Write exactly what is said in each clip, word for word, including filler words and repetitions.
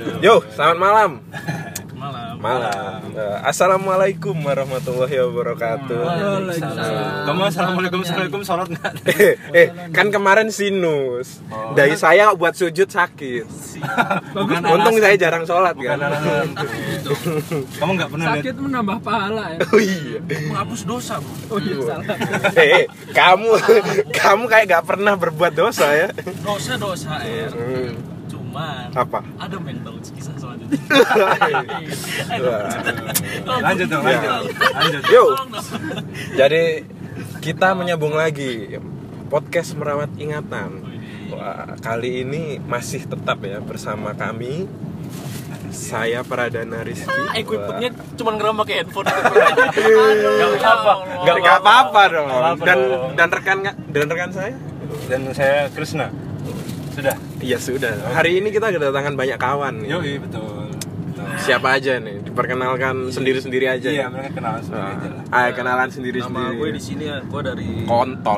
Yo, selamat malam. Malam. Malam. Uh, Assalamualaikum warahmatullahi wabarakatuh. Waalaikumsalam. Kamu assalamualaikum assalamualaikum sholat nggak? eh, eh, kan kemarin sinus. Oh. Dari saya buat sujud sakit. Bukan Untung saya jarang sholat kan. Kamu nggak pernah lihat? Sakit menambah pahala ya. Oh iya. Menghapus dosa, Bro. Oh iya. Eh, kamu kamu kayak gak pernah berbuat dosa ya. Dosa-dosa ya. Hmm. Cuman Apa? ada yang tahu kisah selanjutnya. Lanjut dong, lanjut. Lanjut. Yo. Jadi kita menyambung lagi podcast Merawat Ingatan. Wah, kali ini masih tetap ya bersama kami. Saya Pradana Rizky. Ah, equipmentnya cuma ngeram pakai handphone. Nggak apa-apa. Nggak nggak apa-apa dong. apa-apa Dan dong. dan rekan dan rekan saya. Dan saya Krishna. Sudah. Iya sudah. Hari ini kita kedatangan banyak kawan. nih. Yoi, betul. Betul. Siapa aja nih? Diperkenalkan sendiri-sendiri aja. Iya, ya? mereka kenal sendiri aja lah. Ah, kenalan Nama sendiri-sendiri. gue di sini ya, gue dari Kontol.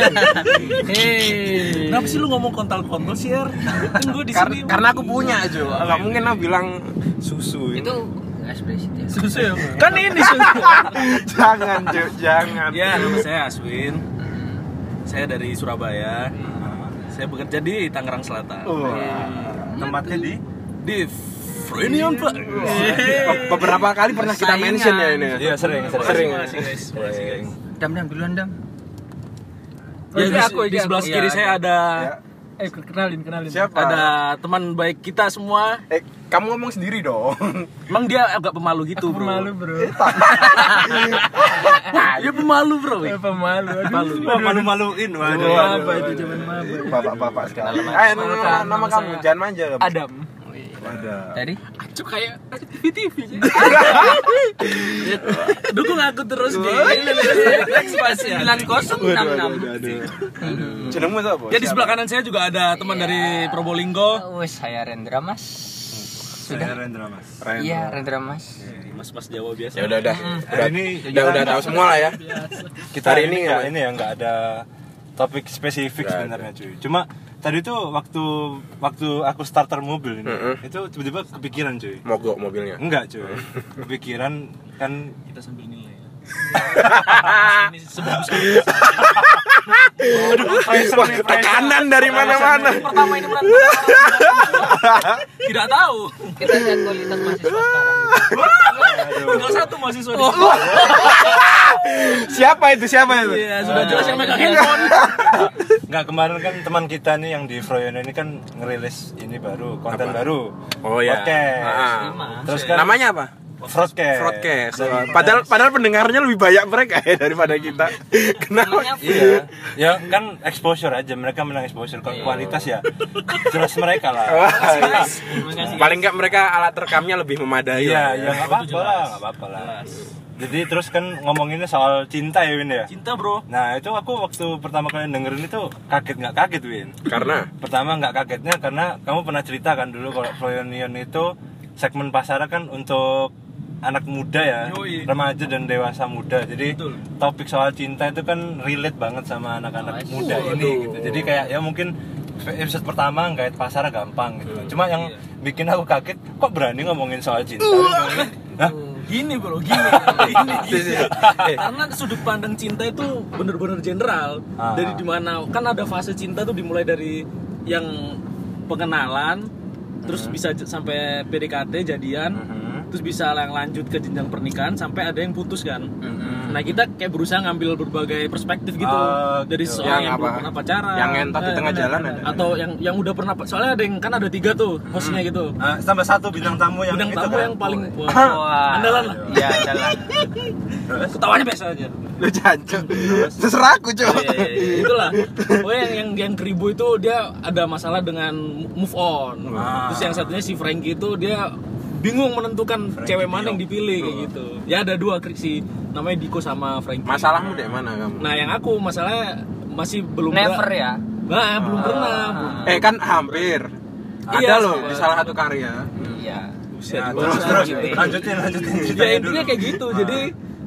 Hei. Kenapa sih lu ngomong kontol-kontol sih, Er? Kan gue di Kar- sini. karena aku punya aja. Enggak mungkin lah bilang susu. Itu eksplisit ya. Susu ya, Bro? Kan ini susu. Jangan, Jo, jangan. Ya, nama saya Aswin. Saya dari Surabaya. Saya bekerja di Tangerang Selatan. Wah. Tempatnya di Di Frenion, Pak. Be- Beberapa kali pernah kita Saingan. mention ya ini. Iya, sering, sering. Sering. Makasih, guys. Makasih, guys. Dam dam duluan dam. Ya, di, aku, di ini sebelah aku. kiri Iya, saya ada Ya. Eh, kenalin, kenalin. Siapa? ada teman baik kita semua. Eh, kamu ngomong sendiri dong. Emang dia agak pemalu gitu, Bro. Pemalu, Bro. Dia pemalu, Bro. Eh, pemalu. Aduh. Malu. Wah, malu-maluin. Waduh. Apa itu zaman maba? Bapak-bapak sekali. Eh, nama, nama kamu jangan manja. kamu. Adam. Ada. Tadi Cuk kayak T V T V. Dukung aku terus gini. sembilan kosong enam enam. Jenengmu siapa? Ya di sebelah kanan saya juga ada teman dari Probolinggo. Wes saya Rendra Mas. Saya Rendra, Mas. Keren. Iya Rendra Mas. Mas-mas Jawa biasa. Ya udah udah. Udah, Hari ini udah, udah tahu semua lah ya. kita Hari hari ini ini nggak ya. ini ya nggak ada topik spesifik Nggak sebenarnya cuy. Cuma tadi tuh waktu waktu aku starter mobil ini Mm-mm. itu tiba-tiba kepikiran cuy. Mogok mobilnya. Enggak cuy. Kepikiran kan Kita sambil nilai ya. Ini Wah, tekanan dari mana-mana. pertama ini berat. Tidak tahu. Kita lihat kualitas mahasiswa sekarang. Tinggal satu mahasiswa di Siapa itu? Siapa itu? Iya, sudah jelas yang megang handphone. Enggak, kemarin kan teman kita nih yang di Froyono ini kan ngerilis ini baru, konten Apa? baru. Oh ya. Podcast. Ah. Terus kan Namanya apa? Broadcast. Broadcast. Padahal padahal pendengarnya lebih banyak mereka ya daripada kita. Kenapa? Iya, ya kan exposure aja, mereka menang exposure. Kalau kualitas ya jelas mereka lah. Wah, Makasih. paling nggak mereka alat rekamnya lebih memadai. Iya, lah ya nggak apa-apa lah, nggak apa-apa lah. Jadi terus kan ngomonginnya soal cinta ya Win ya. Cinta, Bro. Nah itu aku waktu pertama kali dengerin itu kaget nggak kaget Win. Karena Pertama nggak kagetnya karena kamu pernah cerita kan dulu kalau Froyonion itu segmen pasarnya kan untuk anak muda ya, Yoi. remaja dan dewasa muda. Jadi Betul. topik soal cinta itu kan relate banget sama anak-anak Nice. muda Waduh. ini gitu. Jadi kayak ya mungkin episode pertama nggak pasar gampang gitu. Cuma yang bikin aku kaget kok berani ngomongin soal cinta. Hah? Gini, Bro, gini. Gini. gini. Karena sudut pandang cinta itu bener-bener general. Ah. Dari dimana kan ada fase cinta tuh dimulai dari yang pengenalan, terus bisa j- sampai P D K T jadian, terus bisa yang lanjut ke jenjang pernikahan sampai ada yang putus kan. Nah kita kayak berusaha ngambil berbagai perspektif gitu Oh, dari gitu. seorang Yang yang, belum apa? pernah pacaran, Yang ngentot di tengah Eh, jalan ada. atau yang yang udah pernah pa- soalnya ada yang kan ada tiga tuh hostnya gitu. Ah, tambah satu bintang tamu yang Bintang itu tamu kan? yang paling wah, Wah. andalan lah. Iya jalan. Ketawanya biasa aja. lu jancuk. Terserah aku, Cuk. Iya, iya, iya. Itulah. Oh yang yang yang keribu itu dia ada masalah dengan move on. Ah. Terus yang satunya si Frankie itu dia bingung menentukan Frankie cewek mana yang Dio. dipilih kayak gitu. Ya ada dua si namanya Diko sama Frankie. Masalahmu dari mana kamu? Nah yang aku masalahnya masih belum Never ber- ya. Nah, belum pernah. belum. Eh kan hampir. Ada Iya, loh sama. di salah satu karya. Iya. Buset, Ya, gua terus rasa terus gitu. lanjutin lanjutin Ya ceritanya intinya dulu. kayak gitu. Jadi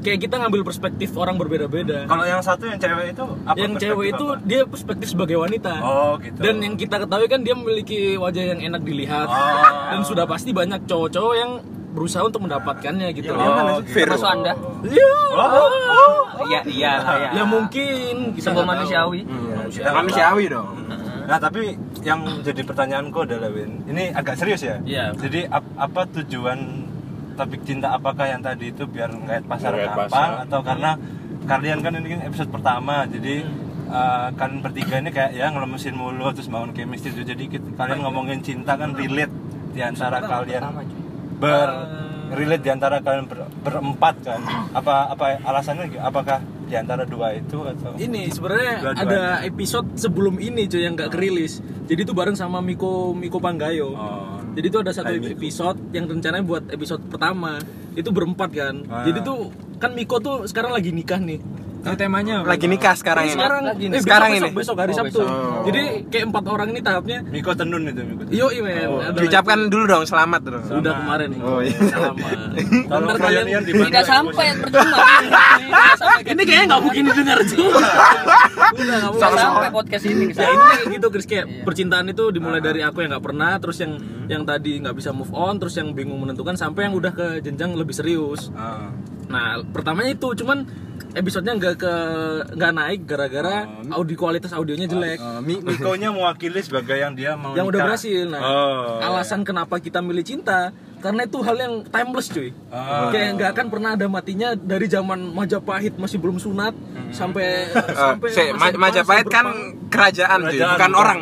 kayak kita ngambil perspektif orang berbeda-beda. Kalau yang satu yang cewek itu apa? Yang cewek itu apa? dia perspektif sebagai wanita. Oh gitu. Dan yang kita ketahui kan dia memiliki wajah yang enak dilihat. Oh. Dan sudah pasti banyak cowok-cowok yang berusaha untuk mendapatkannya gitu. Oh, gitu. Vero. Termasuk Anda. Iya. Iya, iya lah ya. Ya mungkin kita Sebuah nggak tahu. manusiawi. Kita Manusiawi dong. Nah tapi yang jadi pertanyaanku adalah Win, ini agak serius ya. Iya. Jadi ap- apa tujuan topik cinta, apakah yang tadi itu biar ngait pasar Ngait gampang pasar. atau karena kalian kan ini kan episode pertama, jadi uh, kalian bertiga ini kayak ya ngelemesin mulu terus bangun chemistry, jadi kita, kalian ngomongin cinta kan relate di antara kalian ber relate di antara kalian ber, berempat kan. Apa apa alasannya? Apakah di antara dua itu atau Ini sebenarnya Dua-duanya. ada episode sebelum ini cuy yang nggak kerilis. Jadi itu bareng sama Miko Miko Panggayo. Oh. Jadi itu ada satu Hai, Miko. episode yang rencananya buat episode pertama. Itu berempat kan. Ah. Jadi tuh kan Miko tuh sekarang lagi nikah nih. Itu temanya apa? Lagi nikah sekarang ini. Sekarang Lagi eh, nih. besok, Sekarang besok, ini? besok hari Oh, Sabtu. besok. Jadi kayak empat orang ini tahapnya. Miko Tenun itu Miko Tenun. Yo men. Oh. ada Diucapkan dulu dong, selamat dong. lagi. Udah kemarin. Oh, iya. Selamat. Tolong Bentar kalian kalian. dibantu Tidak sampai yang percuma. Tidak sampai Ini kayaknya nggak mungkin didengar juga. Udah nggak Tidak mungkin. sampai podcast ini. Ya ini kayak gitu Chris, kayak percintaan itu dimulai dari aku yang nggak pernah, terus yang yang tadi nggak bisa move on, terus yang bingung menentukan, sampai yang udah ke jenjang lebih serius. Ah. Nah pertamanya itu cuman episodenya nggak ke nggak naik gara-gara audio kualitas audionya jelek. Uh, Mi- Mikonya mewakili sebagai yang dia mau Yang udah nikah. berhasil. Nah Oh. alasan kenapa kita milih cinta karena itu hal yang timeless cuy. Ah. Kayak nggak akan pernah ada matinya dari zaman Majapahit masih belum sunat sampai Eh, sampai si, masa Ma- depan, Majapahit sampai kan berpang- kerajaan, cuy, Kerajaan, bukan orang.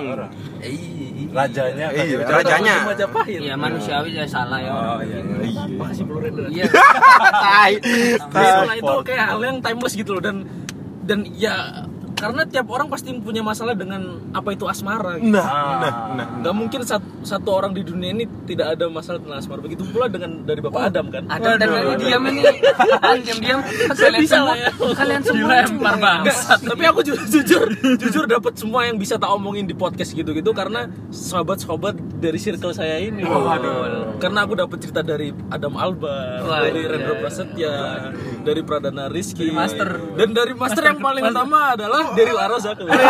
Rajanya kan Iya, dia- rajanya. Majapahit. Iya, manusiawi saya salah ya. Oh iya. iya. Makasih Bro Rendra. Iya. Tai. Nah, itu kayak hal yang timeless gitu loh, dan dan ya karena tiap orang pasti punya masalah dengan apa itu asmara gitu. Nah, Ah. nah, nah. Nggak mungkin satu, satu orang di dunia ini tidak ada masalah tentang asmara. Begitu pula dengan dari Bapak Adam kan. Adam dan Waduh. Lali diam ini. Diam-diam. Kalian bisa semua, lah ya. kalian semua Dilempar banget. Tapi aku ju- jujur jujur dapat semua yang bisa tak omongin di podcast gitu-gitu karena sahabat-sahabat dari circle saya ini. Waduh. Karena aku dapat cerita dari Adam Alba, Wah, dari iya, Rendra iya. Prasetya, dari Pradana Rizky, Master. dan dari Master yang paling utama adalah dari Larosa. Nggak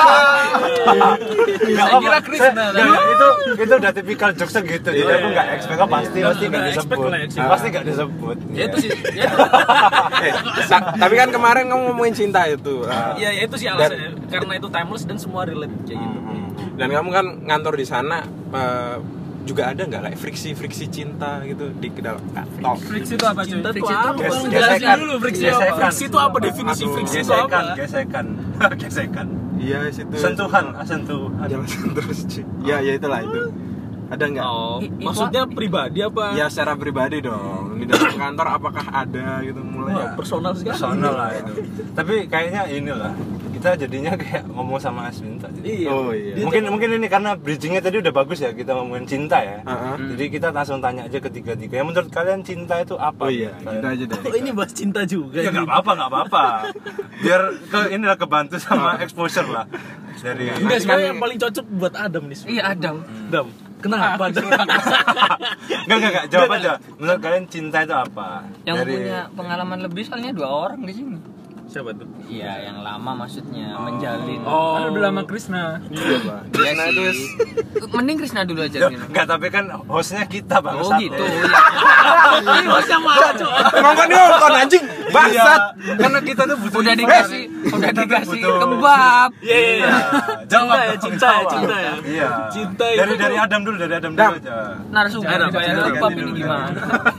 apa-apa. Saya- nggak, nggak, itu itu udah tipikal jokesnya gitu. Jadi aku nggak expect, oh, pasti pasti nggak Nggak expect disebut. lah, expect. Pasti nggak disebut. Ya itu sih. Ya, Eh, ta- tapi kan kemarin kamu ngomongin cinta itu. Ah. ya, ya itu sih alasannya. Karena itu timeless dan semua relate kayak gitu. Dan kamu kan ngantor di sana, eh, juga ada nggak kayak friksi-friksi cinta gitu di ke dalam kantor? Friksi itu apa cuy? Cinta itu Friksi apa? itu Tolong gesekan. jelasin dulu friksi apa? Gesekan. Friksi itu apa? Definisi Aduh. friksi itu apa? Gesekan, gesekan, gesekan. Iya, situ. Sentuhan, ah, sentuhan. Jalan terus, cuy. Ya, ya itulah itu. Ada nggak? Oh, I- itu maksudnya pribadi apa? Ya secara pribadi dong. Di dalam kantor apakah ada gitu mulai? Wah, personal sekali. Personal lah itu. Tapi kayaknya inilah kita jadinya kayak ngomong sama Aswin tadi. Iya. Oh, iya. Dia Mungkin tuh- mungkin ini karena bridgingnya tadi udah bagus ya, kita ngomongin cinta ya. Heeh. Jadi kita langsung tanya aja ketiga-tiga. Ya menurut kalian cinta itu apa? Oh iya, Kalian- gitu aja deh. Oh, ini bahas cinta juga. Ya nggak apa-apa, nggak apa-apa. Biar ke inilah kebantu sama exposure lah dari. Enggak, sebenarnya yang paling cocok buat Adam nih. Iya, Adam. Adam. Kenapa? Adam? Nggak nggak nggak. Jawab aja. Menurut kalian cinta itu apa? Yang Dari- punya pengalaman lebih soalnya dua orang di sini. Siapa tuh? Iya, yang lama maksudnya menjalin. Oh, Kan udah lama Krisna. Iya, Pak. Iya Nah, itu sih. Mending Krisna dulu aja. Loh, Krisna. nggak, tapi kan hostnya kita bang. Oh gitu. ya. Ini bosnya marah, Cok. ngomong ngomong anjing, bangsat. Karena kita tuh butuh. Udah dikasih, udah dikasih butuh. kebab. Iya, iya, iya. Jawab Cinta ya, dong, cinta ya, jawab. cinta ya. Iya. Cinta Dari itu- dari Adam dulu, dari Adam Dam. dulu aja. Narasumber Ada, dibayar ada, kebab ganti ini dulu, gimana?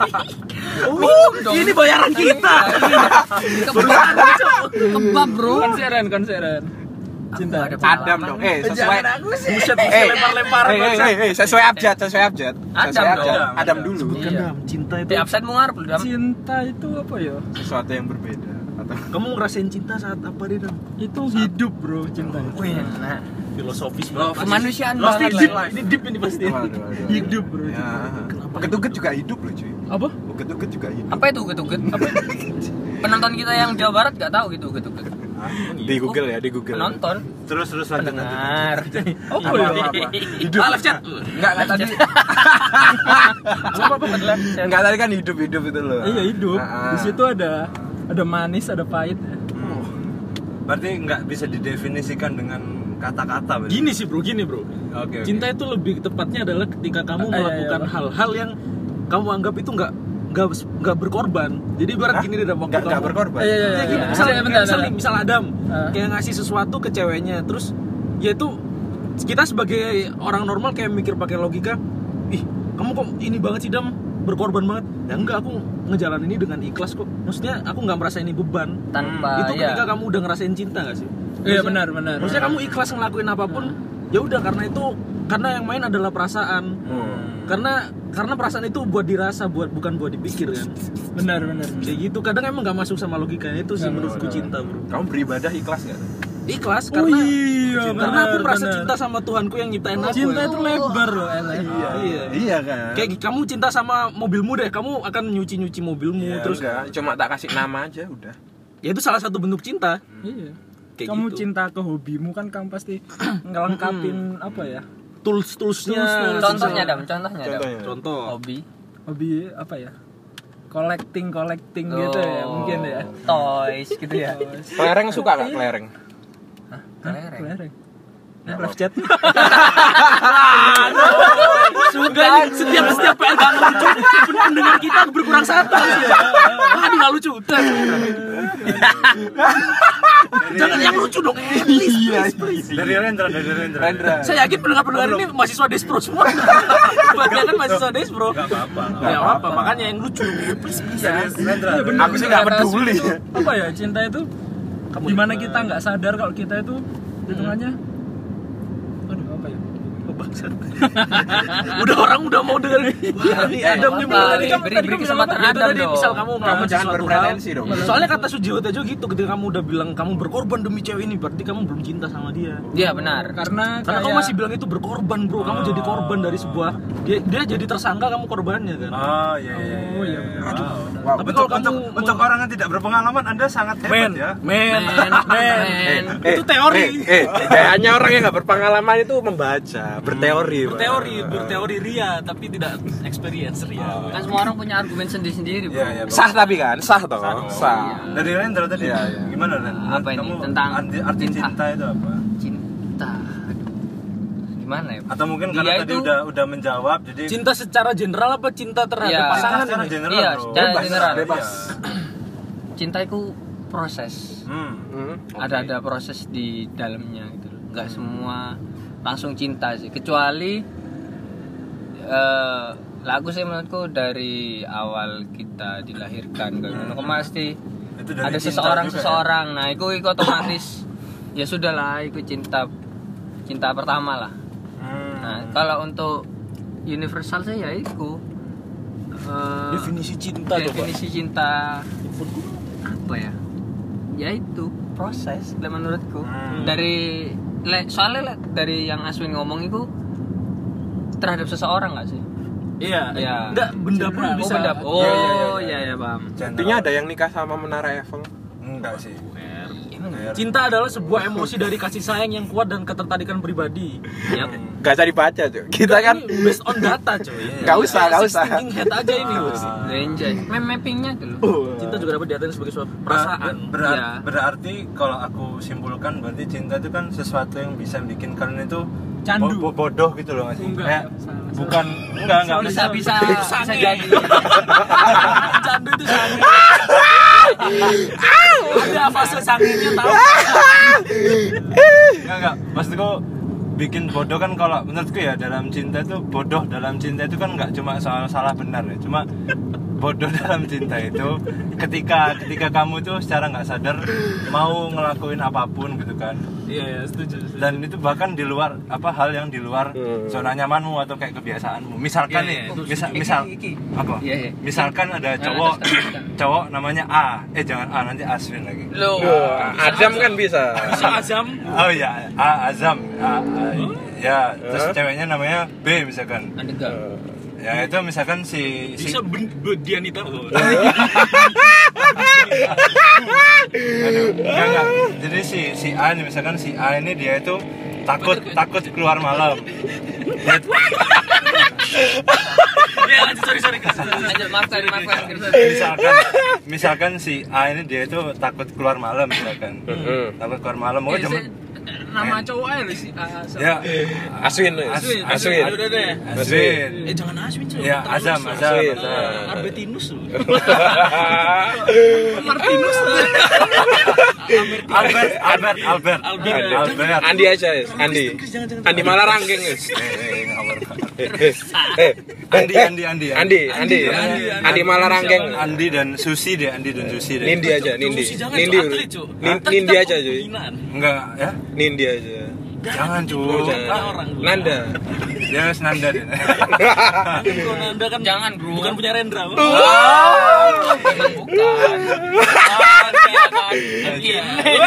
Oh, ini bayaran kita. Kebab, kebab bro. Konseran, konseran. Cinta ada Adam dong. Eh, sesuai. Buset, Eh, lempar-lemparan. eh, eh, eh, eh, sesuai abjad, sesuai abjad. Adam Sesuai abjad. dong. Adam dulu. Bukan, Iya. Dam. Cinta itu. Di upside mau ngarep lu, Dam. Cinta itu apa ya? Sesuatu yang berbeda atau Kamu ngerasain cinta saat apa deh, Dam? Itu hidup bro, cinta. Wih, nah. Filosofis Oh, banget. kemanusiaan Lost banget deep, lah. ini deep ini pasti. Waduh, waduh. Hidup bro. Ya. Uget-uget juga hidup loh, cuy. Apa? Uget-uget juga hidup. Apa itu uget-uget? Apa? Penonton kita yang Jawa Barat gak tahu gitu uget-uget. Di Google ya, di Google. Penonton. Terus terus lanjut lanjut. Benar. Apa ya? Hidup. Alas chat. Enggak, enggak tadi. Apa apa benar? Enggak tadi kan hidup-hidup itu loh. Iya hidup. Ah, ah. Di situ ada Ada manis, ada pahit. Hmm. Berarti nggak bisa didefinisikan dengan kata-kata. Berarti? Gini sih bro, gini bro. Oke, oke. Cinta itu lebih tepatnya adalah ketika kamu Ah, iya, melakukan iya, hal-hal yang kamu anggap itu nggak nggak nggak berkorban. Jadi ibarat Hah? gini dalam waktu Nggak- kamu nggak berkorban? Iya, iya, Ya, gini, iya. misal, Iya, bentar, misal, bentar. misal Adam Ah. kayak ngasih sesuatu ke ceweknya, terus ya itu kita sebagai orang normal kayak mikir pakai logika, ih kamu kok ini banget sih Dam, berkorban banget. Ya enggak, aku ngejalan ini dengan ikhlas kok. Maksudnya aku nggak merasa ini beban. Tanpa Itu ya. ketika kamu udah ngerasain cinta gak sih? Iya, Maksudnya- benar, benar. Maksudnya kamu ikhlas ngelakuin apapun, ya udah karena itu karena yang main adalah perasaan. Hmm. Karena karena perasaan itu buat dirasa, buat bukan buat dipikir kan. Benar, benar. Kayak gitu. Kadang emang nggak masuk sama logikanya itu sih Nggak menurutku masuk. cinta, bro. Kamu beribadah ikhlas gak? Ikhlas Oh karena iya, karena aku benar, merasa benar. cinta sama Tuhanku yang nyiptain aku. Cinta ya. itu lebar loh, Ella. Iya. Iya. Iya kan? Kayak kamu cinta sama mobilmu deh, kamu akan nyuci-nyuci mobilmu Iya, terus enggak, cuma tak kasih nama aja udah. ya itu salah satu bentuk cinta. Iya. Kayak Kamu gitu. cinta ke hobimu kan kamu pasti ngelengkapin apa ya? Tools-toolsnya. Tools-tools. Contohnya Dam, contohnya Dam. Contohnya. Contoh. Hobi. Hobi apa ya? Collecting, collecting gitu ya, Oh, mungkin ya. Toys gitu ya. Kelereng suka gak kelereng? Kelereng. Kelereng. Live chat. Sudah setiap setiap P L gak lucu, pendengar kita berkurang satu. Aduh gak lucu. Jangan yang lucu dong. eh, please, please, please. Dari Rendra, dari Rendra. Rendra. Saya yakin pendengar-pendengar ini mahasiswa Despro semua. Kebanyakan mahasiswa Despro. Gak apa-apa. Ya apa, makanya yang lucu. Please, please. Dari Rendra. Iya, bener. Aku sih gak peduli. Apa ya, cinta itu Kamu gimana ikhlas. kita nggak sadar kalau kita itu hitungannya aduh apa ya? Oh, bangsat. Udah orang udah mau denger. Wah, ini Adam nih apa, mulai beri- kan beri- tadi beri kamu kesempatan bilang apa? Adam Itu tadi dong. misal kamu Kamu melakukan jangan sesuatu berpretensi hal. dong. Soalnya kata Sujiwo Tejo gitu, ketika kamu udah bilang kamu berkorban demi cewek ini, berarti kamu belum cinta sama dia. Iya benar. Karena Karena kamu kayak- masih bilang itu berkorban, bro. Kamu jadi korban dari sebuah dia, dia jadi tersangka, kamu korbannya kan. Oh iya iya. Oh iya. Wow. Wow. Tapi Untuk, kalau kamu untuk, untuk orang yang tidak berpengalaman, Anda sangat hebat men, ya. men, Men, men. men. Itu teori. Eh, eh, kayaknya orang yang gak berpengalaman itu membaca, berteori. Pak. Berteori, berteori ria tapi tidak experience ria. Kan semua orang punya argumen sendiri-sendiri, Bro. Iya iya. Sah tapi kan, sah toh, sah. Dari Rendra tadi Iya, iya. gimana Ren? Apa ini? Kamu Tentang arti, arti cinta. cinta itu apa? Cinta. Aduh. Gimana ya? Atau mungkin Dia karena tadi itu- udah udah menjawab jadi Cinta secara general apa cinta terhadap Iya. pasangan secara ini? general, Iya, bro. secara Bebas, general. bebas. Cinta itu proses. Hmm. Hmm, Ada ada proses di dalamnya gitu loh. Nggak semua langsung cinta sih, kecuali eh lah aku sih menurutku dari awal kita dilahirkan kalau hmm. pasti Itu dari ada cinta seseorang juga ya? seseorang nah itu, itu otomatis ya sudahlah itu cinta cinta pertama lah. Hmm. Nah kalau untuk universal sih ya itu eh, Definisi cinta coba. definisi cinta apa ya ya itu proses lah menurutku. Hmm. Dari le, soalnya le, dari yang Aswin ngomong itu terhadap seseorang nggak sih? Iya, Iya. enggak benda pun Oh, bisa. benda. Oh, Iya, iya, iya, iya iya. iya paham. General. Intinya ada yang nikah sama Menara Eiffel. Enggak sih. Kayak- Cinta adalah sebuah emosi dari kasih sayang yang kuat dan ketertarikan pribadi. Ya. Gak usah dibaca cuy. Kita kan Ini based on data, coy. Gak usah, gak Six usah. thinking head aja ini, Bos. Enjoy. Map mappingnya dulu. Cinta juga dapat diartikan sebagai suatu Ber- perasaan. berar- Iya. Berarti kalau aku simpulkan berarti cinta itu kan sesuatu yang bisa bikin kalian itu Candu. bo- bo- bodoh gitu loh nggak sih? Enggak, Kayak salah, bukan enggak enggak Bisa bisa Itu bisa sange. jadi. Candu itu sange. Ada fase sangenya tahu. enggak enggak maksudku bikin bodoh kan kalau menurutku ya dalam cinta itu bodoh dalam cinta itu kan nggak cuma soal salah benar ya cuma bodoh dalam cinta itu ketika ketika kamu tuh secara nggak sadar mau ngelakuin apapun gitu kan Iya, iya, setuju. setuju. dan itu bahkan di luar apa hal yang di luar Hmm. zona nyamanmu atau kayak kebiasaanmu misalkan Iya, nih iya, itu misal Iki, misal iki. apa Iya, iya. misalkan ada Nah, cowok terus, terus, terus. cowok namanya A eh jangan A nanti Aswin lagi Loh. Wah, Adam kan bisa. Bisa azam. oh ya A Azam A, A, ya terus Hah? ceweknya namanya B misalkan Ada enggak? ya itu misalkan si, si Bisa ben, ben, Dianita loh. aduh enggak enggak jadi si si A ini misalkan si A ini dia itu takut takut keluar malam dia, Iya, lanjut sorry sorry. lanjut maafkan maafkan misalkan misalkan si A ini dia itu takut keluar malam misalkan. Hmm. Takut keluar malam, oh Eh, jam saya- nama cowok aja loh sih ah, so- ya Aswin, Aswin. Aswin. Udah deh. Aswin. Eh jangan Aswin cuy. Ya, Azam, Azam, Aswin. Azam. Arbetinus lu. Martinus. Albert, Albert, Albert, Albert. Albert. Andi aja, Is. Andi. Andi malah ranking, Is. Eh, eh, ngawur. Eh, eh, eh. Andi, Andi, Andi, Andi, Andi, Andi, Andi malah ranking. Andi dan Susi deh, Andi dan Susi deh. Nindi aja, Nindi. Susi jangan, Nindi, Cuk. Atlet, Cuk. Nin- Ntar Nindi kita aja, cuy. pembinaan. Enggak ya? Nindi aja. Jangan Oh, cuy. jangan. orang dulu. Nanda. Ya Nanda deh. Kalau Nanda kan Jangan, bro. bukan punya Rendra. Emang bukan Ah, kayak kan. Iya.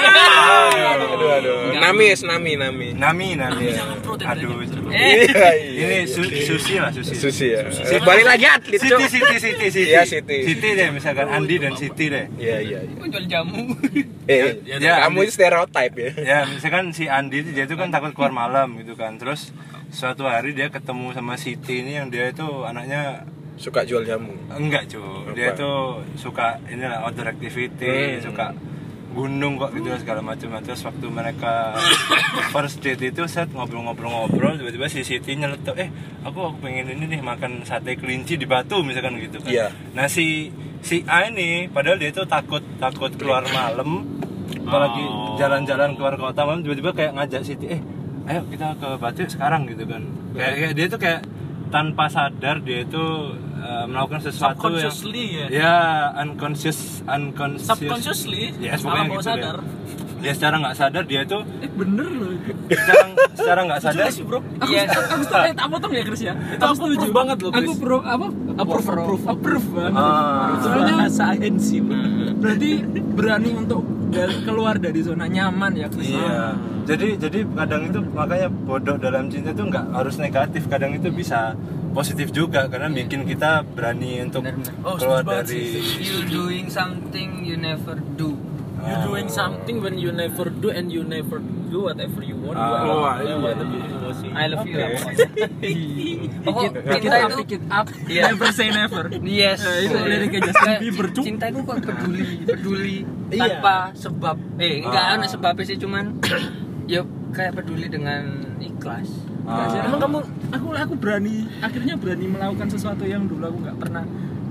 Aduh, aduh. Nami, Is, Nami, Nami. Nami, Nami. Jangan protes. Aduh. Eh, Iya, iya. Ini Su- Susi lah, Susi. Susi ya. Eh, Balik lagi atlet, Siti, Cuk. Siti, Siti, Siti. Iya, Siti. Siti deh, misalkan Andi dan Siti deh. Iya, iya, iya. kok jual jamu. Eh, Ya, kamu itu stereotip ya. Ya, misalkan si Andi itu dia tuh kan takut keluar malam gitu kan. Terus suatu hari dia ketemu sama Siti ini yang dia itu anaknya Suka jual jamu. enggak cuy, dia Apa? tuh suka inilah outdoor activity, Hmm. suka gunung kok gitu segala macam. Terus waktu mereka first date itu set ngobrol-ngobrol-ngobrol, tiba-tiba si Siti nyeletuk, eh aku aku pengen ini nih makan sate kelinci di Batu misalkan gitu kan. Iya. Nah si si A ini padahal dia tuh takut takut keluar malam, apalagi Oh. jalan-jalan keluar kota malam, tiba-tiba kayak ngajak Siti, eh ayo kita ke Batu yuk sekarang gitu kan. Kayak, kayak dia tuh kayak tanpa sadar dia itu uh, melakukan sesuatu yang Subconsciously ya. ya unconscious unconscious Subconsciously. ya Malah pokoknya bawa gitu sadar. deh. Ya secara nggak sadar dia itu Eh bener loh. secara secara nggak sadar Sadar sih, Bro. Aku Iya. aku setuju, eh, tak potong ya Chris ya. Itu aku setuju banget loh, Aku Chris. pro apa? Approve, approve. Approve banget. Ah. Soalnya Bahasa agensi. berarti berani untuk dari- keluar dari zona nyaman ya Chris. iya. Jadi jadi kadang itu makanya bodoh dalam cinta itu nggak harus negatif, kadang itu bisa positif juga karena bikin kita berani untuk Benar-benar. Oh, keluar setuju banget dari You doing something you never do. You Oh. doing something when you never do and you never do whatever you want. Ah. Oh, Wah, iya. what a beautiful sih. I love you. Pick Oh, it, pick it cinta up, itu pick it up, Iya. never say never. Yes. Eh, itu liriknya Justin Bieber, Cuk. Cinta itu kok peduli, peduli Iya. tanpa sebab. Eh, enggak Ah. ada sebabnya sih, cuman ya kayak peduli dengan ikhlas. Ah. Emang kamu, aku aku berani, akhirnya berani melakukan sesuatu yang dulu aku nggak pernah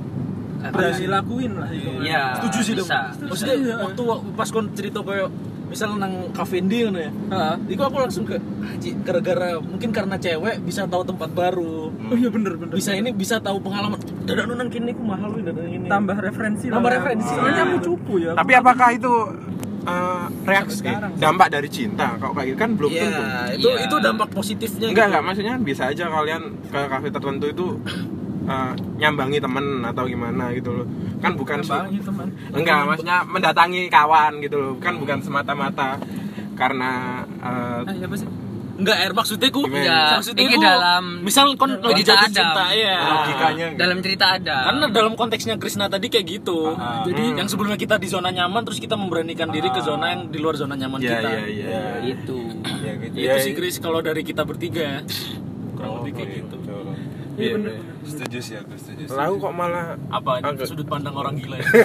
berani lakuin lah. itu. Iya. Setuju sih dong. Bisa. Maksudnya Iya. waktu pas kon cerita kayak misal nang Cafe Indi ngono ya. Heeh. Iku aku langsung ke "Haji, gara-gara mungkin karena cewek bisa tahu tempat baru. Oh iya bener bener. Bisa ini bisa tahu pengalaman. Dadak nang kini ku mahal wih dadak ini. tambah referensi lah. Tambah referensi. Soalnya aku Ah. cupu ya. Tapi apakah itu uh, reaksi Sampai sekarang. dampak dari cinta? Kalau kayak gitu kan belum Iya, tentu. itu Iya. itu dampak positifnya. Enggak, gitu. enggak, maksudnya bisa aja kalian ke kafe tertentu itu uh, nyambangi temen atau gimana gitu loh. Kan bukan sih. Nyambangi, teman. Enggak, maksudnya mendatangi kawan gitu loh. Kan bukan semata-mata karena uh, Ah, iya apa sih? Enggak, air maksudnya ku. Gimana? Iya, Maksudnya ini ku, dalam misal kon lagi cerita jatuh Adam. cinta ya. logikanya gitu. Dalam cerita ada. Karena dalam konteksnya Krisna tadi kayak gitu. Ah, Jadi hmm. yang sebelumnya kita di zona nyaman terus kita memberanikan diri ke zona yang di luar zona nyaman Iya, kita. iya, iya. itu. ya gitu Itu sih Kris kalau dari kita bertiga ya. Kurang lebih kayak gitu. Iya, bener. iya. Setuju sih aku, setuju. Lalu kok malah Apa ini Agak- sudut pandang orang gila ya?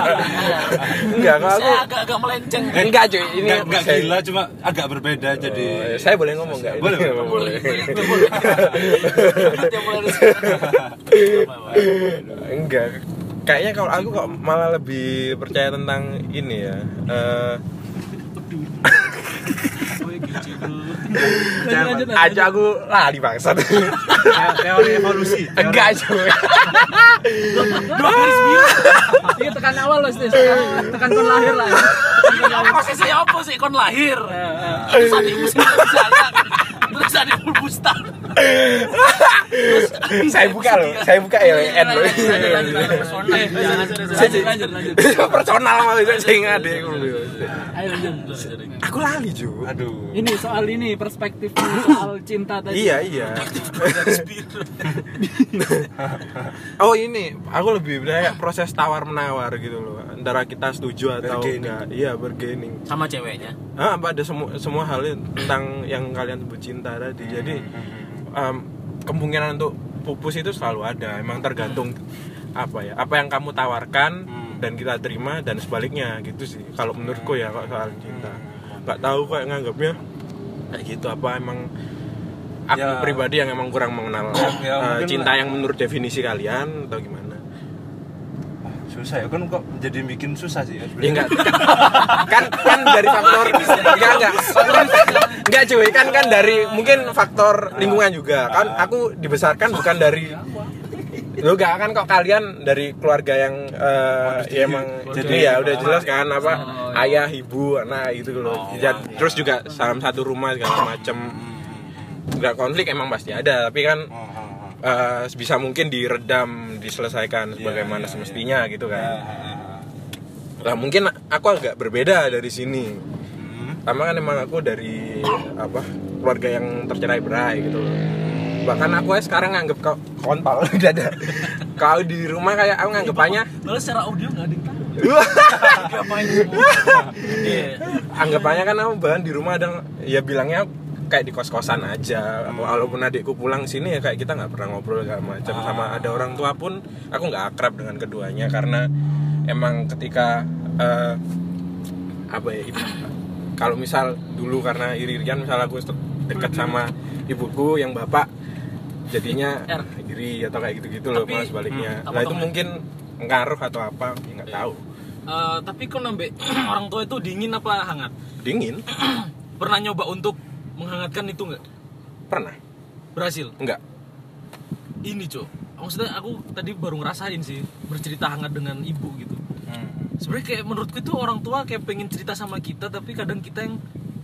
enggak, kalau aku Saya agak-agak melenceng. enggak cuy, ini Enggak, enggak saya- gila, cuma agak berbeda jadi Oh, iya. Saya boleh ngomong enggak? Boleh, boleh, Boleh, boleh, boleh. Lanjut ya, mulai dari sekarang. Apa, Pak? Enggak. Kayaknya kalau aku kok malah lebih percaya tentang ini ya. Eh Lanjut, lanjut, aja aku lali bangsat. teori evolusi. teori- Enggak cuy. Dua garis biru. Iya tekan awal loh, Stis. Tekan, tekan kon lahir lah. Ya, prosesnya apa sih kon lahir? Terus ada ibu sana. Terus ada ibu bustan. Saya buka loh, saya buka ya N loh. Lanjut, lanjut, lanjut, personal. Eh, jangan Lanjut, lanjut, lanjut. Personal malah saya enggak ada. Ayo lanjut. Aku lali cuy. Aduh. Ini soal ini perspektif soal cinta tadi. Iya, iya. Garis biru. Oh ini, aku lebih kayak proses tawar menawar gitu loh. Antara kita setuju atau Bargaining. enggak. Iya, bargaining. Sama ceweknya. Ah, pada semua semua hal tentang yang kalian sebut cinta tadi. Jadi um, kemungkinan untuk pupus itu selalu ada. Emang tergantung apa ya apa yang kamu tawarkan Hmm. dan kita terima dan sebaliknya gitu sih kalau menurutku ya kok soal cinta. Nggak tahu kok nganggapnya kayak gitu apa emang aku Ya. pribadi yang emang kurang mengenal Ya, uh, mungkin cinta lah. yang menurut definisi kalian atau gimana? Susah ya kan kok jadi bikin susah sih ya. Ya enggak kan kan dari faktor enggak enggak enggak cuy kan kan dari mungkin faktor lingkungan juga kan aku dibesarkan bukan dari lu enggak kan kok kalian dari keluarga yang uh, ya emang jadi- ya udah jelas kan apa Oh, ayah ibu anak gitu loh. Ya, terus juga dalam satu rumah segala macem enggak konflik emang pasti ada tapi kan Oh, oh, oh. uh, sebisa mungkin diredam diselesaikan sebagaimana iya, semestinya gitu Ya, kan. ah, ah. Lah mungkin aku agak berbeda dari sini. Hmm. Pertama kan emang aku dari apa keluarga yang tercerai berai gitu loh. Bahkan aku ya sekarang nganggep kau kontol udah ada. Kau di rumah kayak aku nganggepannya Malah secara audio nggak ada yang tahu. Ngapain semua? Iya. anggapannya kan aku bahkan di rumah ada ya bilangnya kayak di kos-kosan aja. Walaupun adikku pulang sini ya kayak kita nggak pernah ngobrol segala macam sama ada orang tua pun aku nggak akrab dengan keduanya karena emang ketika eh, apa ya ibu- kalau misal dulu karena iri-irian misal aku dekat sama ibuku yang bapak jadinya R. iri atau kayak gitu-gitu loh Tapi, malah sebaliknya. hmm, Lah itu apa-apa. mungkin ngaruh atau apa ya nggak tahu. Eh, tapi kok nambah orang tua itu dingin apa hangat? Dingin Pernah nyoba untuk menghangatkan itu nggak? pernah Berhasil? enggak Ini cok, maksudnya aku tadi baru ngerasain sih bercerita hangat dengan ibu gitu. Hmm. Sebenarnya kayak menurutku itu orang tua kayak pengen cerita sama kita tapi kadang kita yang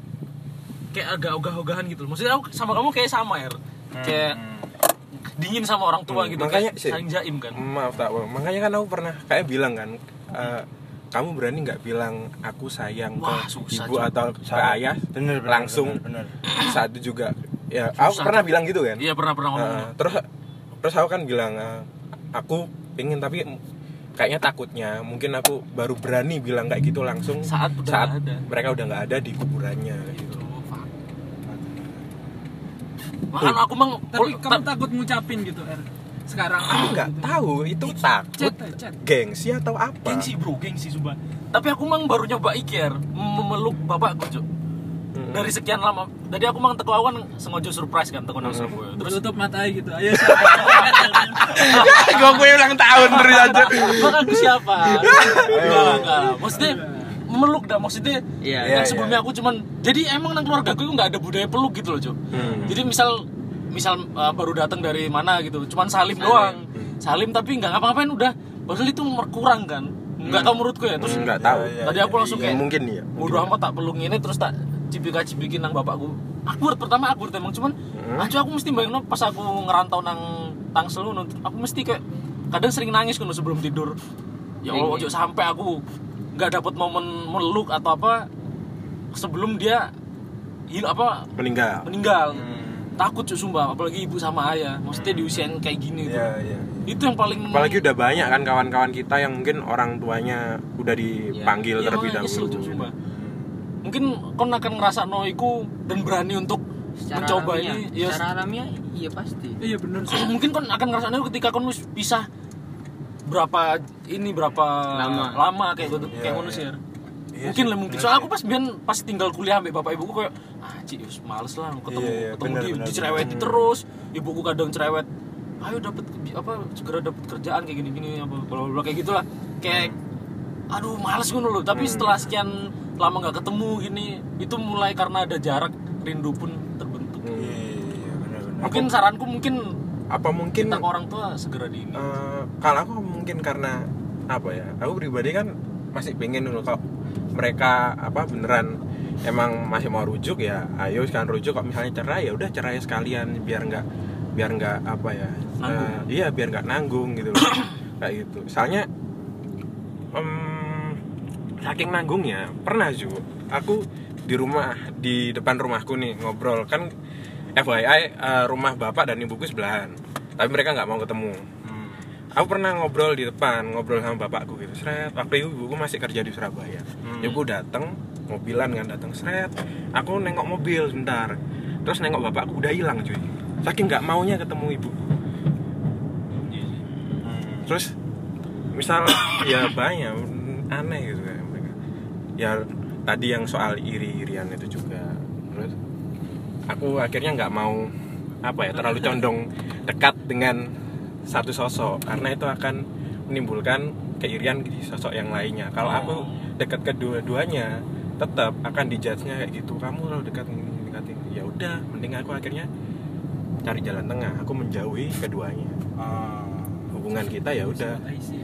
kayak agak ogah-ogahan gitu. Maksudnya aku sama kamu kayak sama ya, kayak dingin sama orang tua Hmm, gitu. makanya kayak sih- saling jaim kan. Maaf tak, Bang. Makanya kan aku pernah kayak bilang kan, eh, kamu berani nggak bilang aku sayang Wah, ke susah, ibu Cok. atau ke Salah. ayah Bener, bener, langsung bener, saat itu juga. Ya, aku Susah, pernah Cok. bilang gitu kan. Iya pernah pernah ngomong. Eh, terus terus aku kan bilang eh, aku pengen tapi kayaknya takutnya mungkin aku baru berani bilang kayak gitu langsung Saat udah nggak ada. mereka udah nggak ada di kuburannya gitu. Oh, fuck. Makan aku mang Tapi ta- kamu takut ngucapin gitu, Er? Sekarang Aku nggak tahu itu takut Chat, chat. gengsi atau apa. gengsi bro, gengsi sumpah. Tapi aku mang baru nyoba iker memeluk bapakku cok. Mm. Dari sekian lama, tadi aku mang teko aku kan sengaja surprise kan teko nang Surabaya. Terus Terus tutup mata gitu. Ayo siapa? Gue gue ulang tahun terus aja. bang aku siapa? Enggak, enggak. Maksudnya memeluk dah maksudnya. Iya, yang iya, sebelumnya aku cuman jadi emang nang keluarga aku nggak ada budaya peluk gitu loh cok. Hmm. Jadi misal misal uh, baru datang dari mana gitu, cuman salim, doang. Salim tapi nggak ngapa-ngapain udah. Padahal itu berkurang kan. Nggak tahu menurutku ya. Terus nggak tahu. Iya, tadi aku langsung Ya, kayak mungkin ya. bodoh amat tak peluk ini terus tak cipika-cipikin nang bapakku. Awkward pertama awkward emang cuman aja aku mesti bayangin pas aku ngerantau nang Tangsel ngono, aku mesti kayak kadang sering nangis kan sebelum tidur. Ya Allah, ojo sampai aku nggak dapat momen meluk atau apa sebelum dia hil apa Meninggal. meninggal. Takut cuy sumpah, apalagi ibu sama ayah. Maksudnya di usia yang kayak gini gitu. Iya, iya. Itu yang paling Apalagi udah banyak kan kawan-kawan kita yang mungkin orang tuanya udah dipanggil Iya, terlebih makanya nyesel, dahulu. Cuk, sumpah. Mungkin kon akan ngerasa noiku dan berani untuk Secara mencoba alamiah, ini ya secara alamiah iya pasti. Iya bener sih. mungkin kon akan ngerasa noiku ketika kon wis pisah berapa ini berapa Lama. lama kayak gitu Iya, kayak ngono iya. sih ya. Iya Mungkin sih, lah mungkin bener soalnya sih. aku pas biyen pas tinggal kuliah ambek bapak ibuku kayak ah cik wis males lah ketemu Iya, iya, ketemu bener, di bener, dicereweti bener. terus ibuku kadang cerewet ayo dapat apa segera dapat kerjaan kayak gini-gini apa bla bla bla kayak gitulah kayak aduh males ngono loh tapi setelah sekian lama nggak ketemu gini itu mulai karena ada jarak rindu pun terbentuk Iya, iya, benar-benar. mungkin saranku mungkin Apa mungkin kita ke orang tua segera di ini eh, kalau aku mungkin karena apa ya? Aku pribadi kan masih pengen dulu kalau mereka apa beneran emang masih mau rujuk ya ayo sekarang rujuk. Kok misalnya cerai ya udah cerai sekalian biar nggak biar nggak apa ya Nanggung. eh, iya biar nggak nanggung gitu loh kayak gitu soalnya em, saking nanggungnya pernah juga aku di rumah di depan rumahku nih ngobrol kan F Y I eh, rumah bapak dan ibuku sebelahan tapi mereka nggak mau ketemu. Aku pernah ngobrol di depan, ngobrol sama bapakku gitu. Seret, waktu itu ibuku masih kerja di Surabaya. Hmm. Ibuku datang, mobilan kan datang seret. Aku nengok mobil sebentar. Terus nengok bapakku udah hilang cuy. Saking nggak maunya ketemu ibu. Hmm. Terus misal ya banyak aneh gitu kayak mereka. Ya tadi yang soal iri-irian itu juga. Terus aku akhirnya nggak mau apa ya terlalu condong dekat dengan satu sosok karena itu akan menimbulkan keirian di sosok yang lainnya. Kalau aku dekat kedua-duanya tetap akan dijudge-nya kayak gitu, kamu terlalu dekat dekatin. Ya udah, mending aku akhirnya cari jalan tengah, aku menjauhi keduanya. Hubungan kita ya udah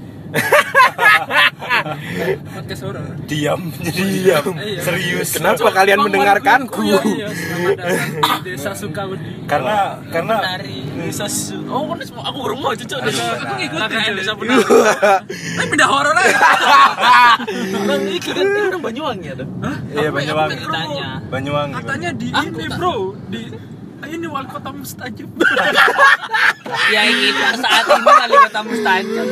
podcast horor. Diam, jadi diam. Serius. Kenapa kalian mendengarkanku? Iya, iya, selamat datang di Desa Sukawedi. Karena karena Dari desa Su- Oh, kan semua aku rumah cocok desa. Aku ngikutin Kakak cuy. desa Penari. Tapi pindah horor aja. Nang iki kan ini orang Banyuwangi ada. Hah? iya Apa ya? Banyuwangi. Aku Tanya. Banyuwangi. Katanya di Ah, ini kota. bro, di ini wali kota mustajab. Ya kita saat ini wali kota mustajab.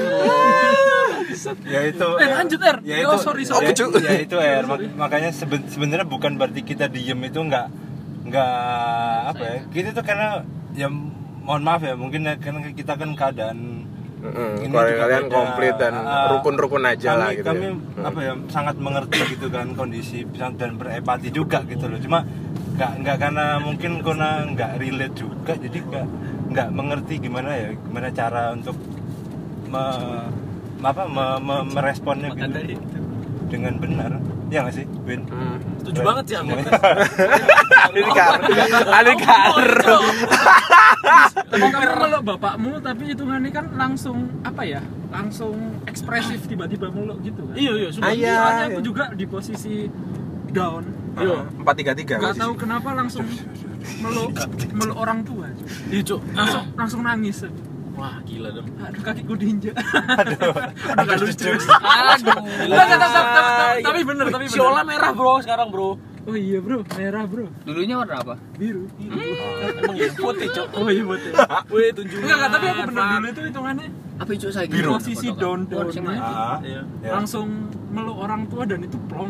Ya itu. Eh lanjut Er. Ya Oh itu. sorry Ya, sorry. ya itu Er. Mak- makanya seben- sebenarnya bukan berarti kita diem itu nggak nggak apa ya. Kita tuh karena ya mohon maaf ya mungkin ya, karena kita kan keadaan Mm-mm, ini kalau juga kalian beda. komplit dan Ah, rukun-rukun aja kami, lah gitu. kami ya. Hmm. apa ya sangat mengerti gitu kan kondisi dan berempati juga gitu loh. Cuma nggak nggak karena mungkin karena nggak relate juga jadi nggak nggak mengerti gimana ya gimana cara untuk me, apa me, me- meresponnya gitu dengan benar ya nggak sih Win? Hmm. Setuju banget sih aku. Semuanya. Ini kar, ini kar. Tapi kamu meluk bapakmu tapi hitungannya kan langsung apa ya? Langsung ekspresif tiba-tiba meluk gitu kan. Iya iya, sumpah. Ayah. Soalnya aku juga di posisi down. Iya, empat tiga tiga. Gak tahu kenapa langsung meluk meluk orang tua. Iya, Cuk. Langsung langsung nangis. Wah, gila dong. Aduh kakiku diinjak. Aduh, Aduh gak lucu. Aduh. Enggak, enggak, tapi, tapi, tapi, tapi bener, tapi bener. Siola merah, Bro, sekarang, Bro. Oh iya bro, merah bro, Dulunya warna apa? biru. Emang iya putih, Cuk. Oh iya betul. Wih, tunjuknya. Enggak, enggak, tapi aku bener dulu itu hitungannya Apa itu saya di posisi down downnya Ah, Iya. ya. langsung meluk orang tua dan itu plong.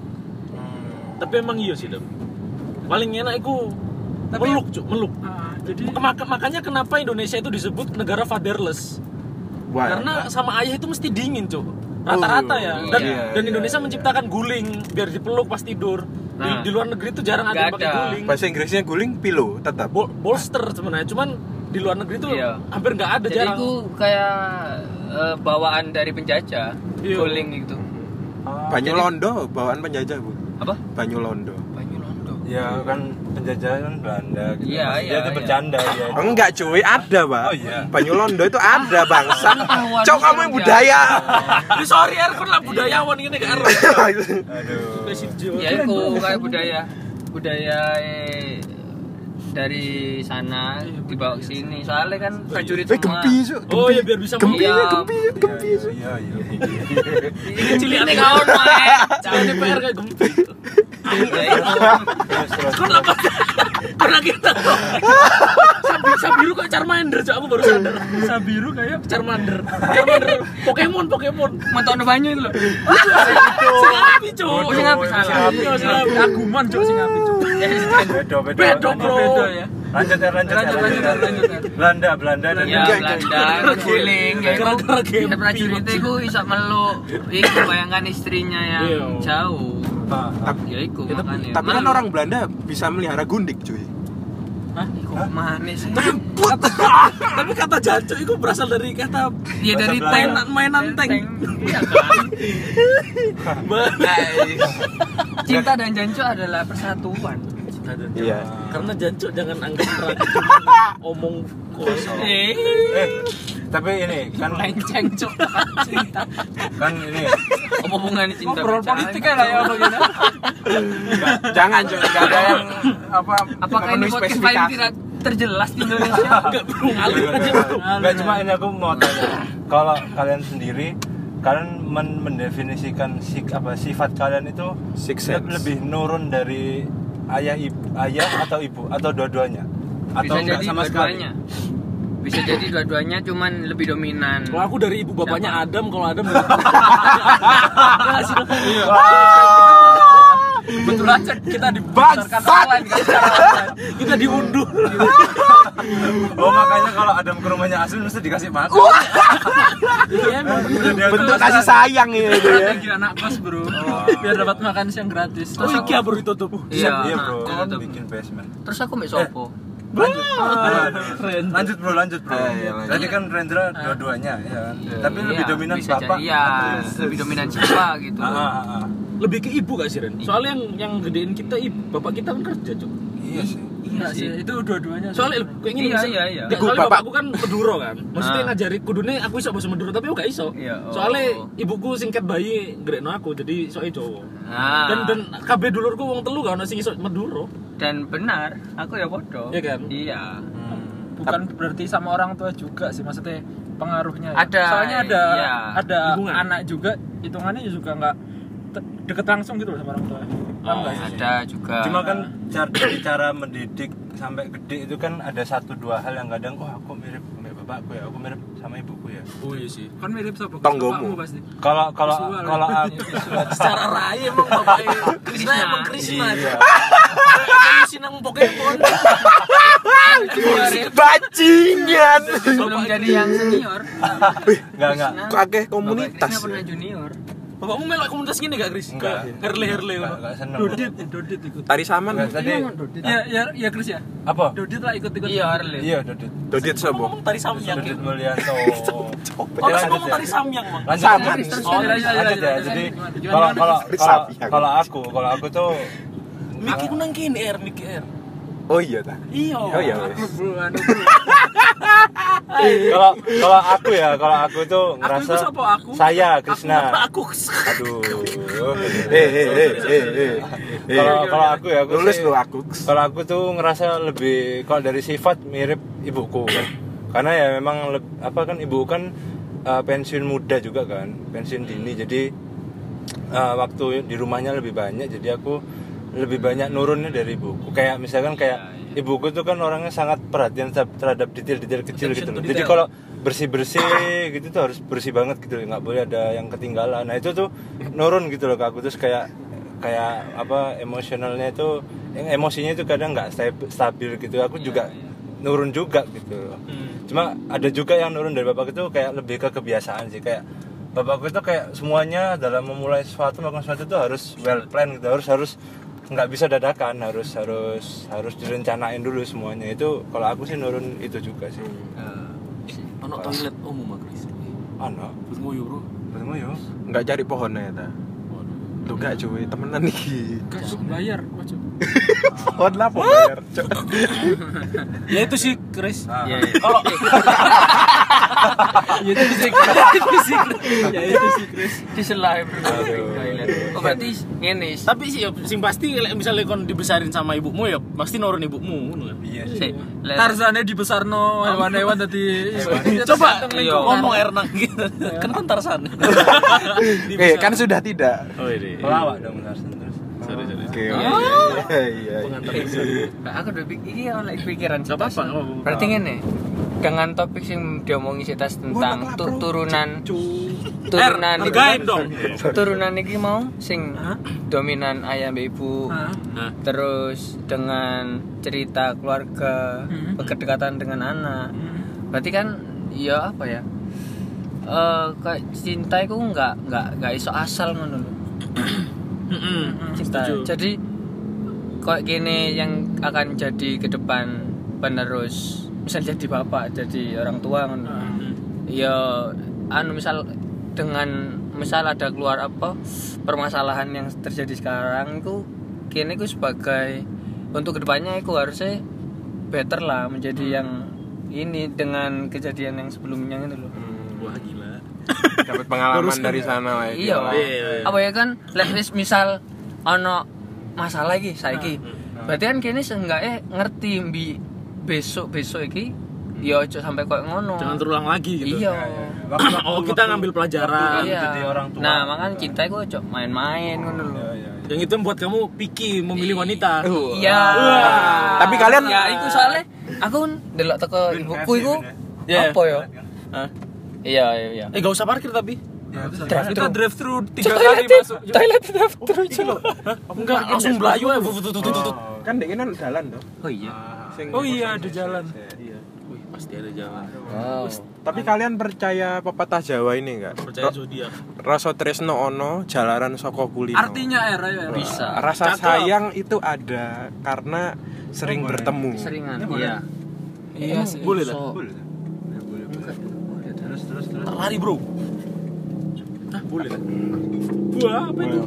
Tapi emang iya sih, Dam. Paling enak itu Tapi- meluk, Cuk, meluk. Ah, jadi Maka- makanya kenapa Indonesia itu disebut negara fatherless. Wah, Karena sama ayah itu mesti dingin, Cuk. Rata-rata ya. Dan, iya, dan iya, Indonesia iya. menciptakan guling biar dipeluk pas tidur. Di, Nah. di luar negeri itu jarang ada Nggak yang pakai ada. guling. bahasa Inggrisnya guling pillow tetap. Bol- bolster sebenarnya, cuman di luar negeri itu Iya. hampir nggak ada, Jadi jarang. itu kayak eh, bawaan dari penjajah, Iya. guling gitu. Banyu Londo bawaan penjajah, Bu. Apa? Banyu Londo. Banyu Londo. Ya kan penjajahan Belanda gitu. Iya, Maksudnya iya, itu iya. bercanda ya. Enggak cuy, ada Pak. Oh, iya. Banyu Londo itu ada bangsa. Pengetahuan Cok kamu yang orang budaya. Ini sorry ya, kan lah budayawan ini kan. Aduh. Basic Jawa. Ya itu kayak budaya budaya eh, dari sana dibawa ke sini. Soalnya kan prajurit Eh semua. gempi, Cuk. Oh ya biar bisa Gempi, Iya. gempi, gempi. Cuk. Iya, iya. Ini cilik Ini aneh kawan wae. Jangan D P R kayak gempi. Ya itu. Terus terus. Kenapa? Karena kita Sabi, Sabiru kayak Charmander, Cuk. Aku baru sadar. Sabiru kayak Charmander. Charmander. Pokemon, Pokemon. Mantan banyu itu loh. Singapi, Cuk. Oh, Singapi, salah. Singapi, Singapi. Singapi. Aguman cok sing api cok. Beda, beda. Bedo, Bro. Beda ya. Lanjut ya, lanjut ya. Lanjut, lanjut, lanjut, lanjut. Belanda, Belanda dan Ya Belanda guling kayak Gara-gara gempi. ya prajurit itu bisa meluk. Iku bayangkan istrinya yang Iya. jauh. Ah, ah. Ya iku Ya, tapi, makanya. tapi kan Meluk. orang Belanda bisa melihara gundik cuy. Hah? Kok manis sih? Tapi kata jancuk itu berasal dari kata Ya dari Bahasa tank, Belanda. mainan tank. Iya kan? Ba- Cinta dan jancuk adalah persatuan. Iya. Karena jancuk jangan anggap neraka omong kosong. Eh, Eh, tapi ini kan lenceng cuk. Cinta. kan ini Omongan cinta. Ngobrol bercanda. politik lah ya apa gitu. Jangan cuy, enggak ada yang apa Apakah ini memenuhi podcast paling spesifikasi. tidak terjelas di Indonesia? Enggak perlu ngalir aja. Enggak cuma ini aku mau tanya. Kalau kalian sendiri kalian men- mendefinisikan sik apa sifat kalian itu Six le- sense. lebih nurun dari ayah ibu, ayah atau ibu atau dua-duanya atau Bisa enggak jadi sama sekali? dua-duanya. Bisa jadi dua-duanya cuman lebih dominan. Kalau aku dari ibu bapaknya Siapa? Adam, kalau Adam Betul aja kita Bangsat. kita diunduh. Oh makanya kalau Adam ke rumahnya Asun mesti dikasih makan. Ya emang Bentuk kasih sayang ya itu ya. Lagi anak kos bro, biar dapat makan siang gratis. Oh iya baru ditutup. Iya, Iya bro, ditutup. bikin basement. Terus aku mbek sopo? Keren. Lanjut bro, lanjut bro. Eh, iya, lanjut. Tadi kan Rendra dua-duanya ya kan. Tapi Iya, lebih dominan bisa bapak. jadi, Iya, lebih dominan siapa gitu. Ah, ah, ah. Lebih ke ibu gak sih Ren? Soalnya yang yang gedein kita ibu, bapak kita kan kerja cuk. Iya sih. Iya sih, itu dua-duanya. Soalnya kayak gini Iya, misal- iya, iya. Gak, Iku, soalnya bapak- bapakku kan Madura kan. Maksudnya Ah. ngajari kudune aku iso bahasa Madura tapi aku gak iso. Iya, oh. Soalnya ibuku singkat bayi ngredno aku jadi isoke Jawa. Nah, Dan dan kabeh dulurku wong telu gak ono sing iso Madura. dan benar, aku ya bodoh. Iya kan? Iya. Bukan berarti sama orang tua juga sih, maksudnya pengaruhnya ya. Ada, Soalnya ada iya. ada Hubungan. anak juga hitungannya juga nggak te- deket langsung gitu loh sama orang tua. Paham nggak sih? Ada juga. Cuma kan cara, dari cara mendidik sampai gede itu kan ada satu dua hal yang kadang oh aku mirip sama bapakku ya, aku mirip sama ibuku ya. Oh iya sih. Kan mirip sama Tonggomu. bapakmu pasti. Kalau kalau Visual. kalau aku Secara rai emang bapaknya Krishna emang Krishna. iya. Evolusi nang Pokemon. Bajingan. Sebelum jadi yang senior. Enggak enggak. Kok akeh komunitas. Bapak pernah junior. Bapakmu melok komunitas gini gak Kris? Enggak. Herle herle. Enggak enggak seneng. Dodit, Dodit ikut. Tari saman. Enggak, tadi Ya, ya, ya Chris ya. apa? Dodit lah ikut-ikut. Iya, Harley. Iya, Dodit. Dodit sobo. Ngomong tari samyang. Dodit Mulyanto. Oh, terus ngomong tari samyang, Bang. Lanjut, Sama. lanjut. Terus, Oh, lanjut, lanjut lanjut, ya. lanjut, Jadi lanjut. kalau Gimana, kalau Chris kalau Sapiang. kalau aku, kalau aku tuh Miki ku nang kene R, Miki R. Oh iya ta. Iya. Oh iya. wes. Bro, anu bro. kalau kalau aku ya, kalau aku tuh ngerasa itu siapa? Aku? saya Krishna. Aku. Aduh. Eh eh eh eh eh. Kalau kalau aku ya, aku lulus sih- lo aku. Kalau aku tuh ngerasa lebih kalau dari sifat mirip ibuku kan. Karena ya memang leb- apa kan ibu kan uh, pensiun muda juga kan, pensiun dini. Jadi uh, waktu di rumahnya lebih banyak, jadi aku lebih banyak nurunnya dari ibuku. Kayak misalkan kayak ibuku tuh kan orangnya sangat perhatian terhadap detail-detail kecil gitu loh. Jadi kalau bersih-bersih gitu tuh harus bersih banget gitu, nggak boleh ada yang ketinggalan. Nah itu tuh nurun gitu loh ke aku, terus kayak kayak apa emosionalnya itu, yang emosinya itu kadang nggak stabil, stabil gitu. Aku juga nurun juga gitu loh. Cuma ada juga yang nurun dari bapak itu kayak lebih ke kebiasaan sih, kayak bapakku itu kayak semuanya dalam memulai sesuatu, melakukan sesuatu itu harus well plan gitu, harus harus nggak bisa dadakan, harus harus harus direncanain dulu semuanya. Itu kalau aku sih nurun itu juga sih. Ono toilet umum, Kris. Ano, Bermoyo, Bro. ketemu yuk. Enggak cari pohonnya ta. Tuh gak cuy, temenan nih. Kasih bayar, wajib. Pohon lah bayar. Ya itu sih, Kris. Iya. Kalau Ya itu sih. Itu sih. Ya itu sih Chris. Di sela bro. Oh berarti ngene. tapi sih ya, sing pasti lek misalnya kon dibesarin sama ibumu ya pasti nurun ibumu ngono kan. Iya sih. Sik, le- Tarzannya dibesarno hewan-hewan tadi. Coba Iya. ngomong Ernang gitu. Kan kon Tarzan. Eh kan sudah tidak. Oh iya. Pelawak dong Tarzan terus. Sorry, sorry. Oke. Iya, Iya iya. Nah, aku udah pikir ini oleh pikiran Gak apa-apa, gak apa-apa. Berarti ngene. Dengan topik sing diomongi sitas tentang tu- turunan turunan Er, iki- hargain dong. turunan iki mau sing dominan ayah mbak ibu. Hah? Nah, Terus dengan cerita keluarga, Hmm. kedekatan dengan anak. Berarti kan ya apa ya? Eh kayak cinta itu nggak nggak nggak iso asal ngono lho. Cinta. setuju. Jadi kok gini yang akan jadi ke depan penerus, misal jadi bapak, jadi orang tua ngono. Ya anu misal dengan misal ada keluar apa permasalahan yang terjadi sekarang itu kini itu sebagai untuk kedepannya itu harusnya better lah menjadi yang ini dengan kejadian yang sebelumnya gitu loh. wah gila. Dapat pengalaman dari sana lah. Iya. Apa ya kan lek wis misal ono masalah iki saiki. Berarti kan kene seenggaknya ngerti mbi besok-besok iki ya aja sampai koyo ngono. Jangan terulang lagi gitu. Iya. Oh, kita ngambil pelajaran. Iya. jadi orang tua. Nah, makanya cinta iku aja main-main ngono lho. Yang itu membuat kamu picky memilih wanita. Iya. Tapi kalian Ya iku soalnya aku ndelok teko ibuku iku Iya. apa ya? Hah? Iya, iya, iya. Eh, gak usah parkir tapi. Drive Kita thru. drive thru tiga kali masuk. Toilet drive thru. Enggak, langsung belayu ya. kan dek kan jalan tuh. Oh iya. Sing- Oh iya ada jalan. Wih, pasti ada jalan. Wow. Tapi kalian percaya pepatah Jawa ini enggak? Percaya zodiak. Rasa tresno ono, jalaran saka kulino. Artinya R ya. Bisa. Rasa Cakep. sayang itu ada karena sering Oh, bertemu. Seringan. Ini boleh. Iya. Iya sih. Boleh lah. So- Boleh. Ya, boleh, boleh. Terus terus terus. Lari bro. Ah boleh lah. Wah apa itu?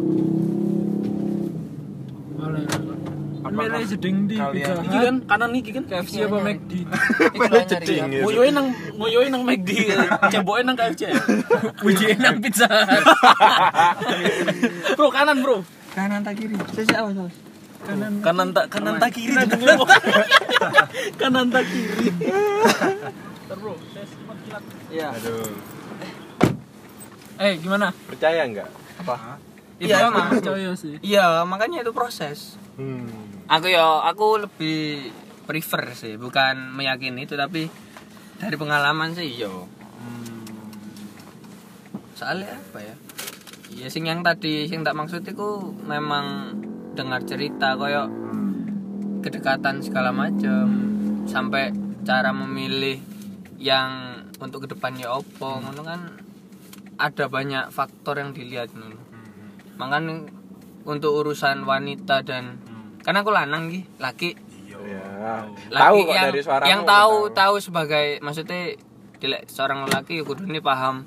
Mereka jeding di kalian- Pizza Iki Hut, kan kanan iki kan. K F C apa McD. Iku lah nyari Jeding. apa? Gitu. Ngoyoin nang ngoyoin nang McD, ceboke nang K F C. Pujiin nang Pizza Hut. Bro kanan bro. Kanan tak kiri. Sejak awal. Sos. Kanan. Kanan tak kanan tak kiri. Kanan tak kiri. Ntar bro, saya sempat kilat. Iya. Aduh. Eh gimana? Percaya enggak? Iya, Itu emang. percaya sih. Iya, makanya itu proses. Hmm. Aku ya aku lebih prefer sih, bukan meyakini itu tapi dari pengalaman sih yo. Soalnya apa ya? Ya sing yang tadi sing tak maksud itu memang dengar cerita koyo kedekatan segala macam sampai cara memilih yang untuk kedepannya opo ngono kan ada banyak faktor yang dilihat ngono. Makanya untuk urusan wanita dan karena aku lanang ki, laki Ya. laki Tahu kok yang, dari suaramu. yang tahu tahu sebagai maksudnya dilek seorang lelaki kudu ini paham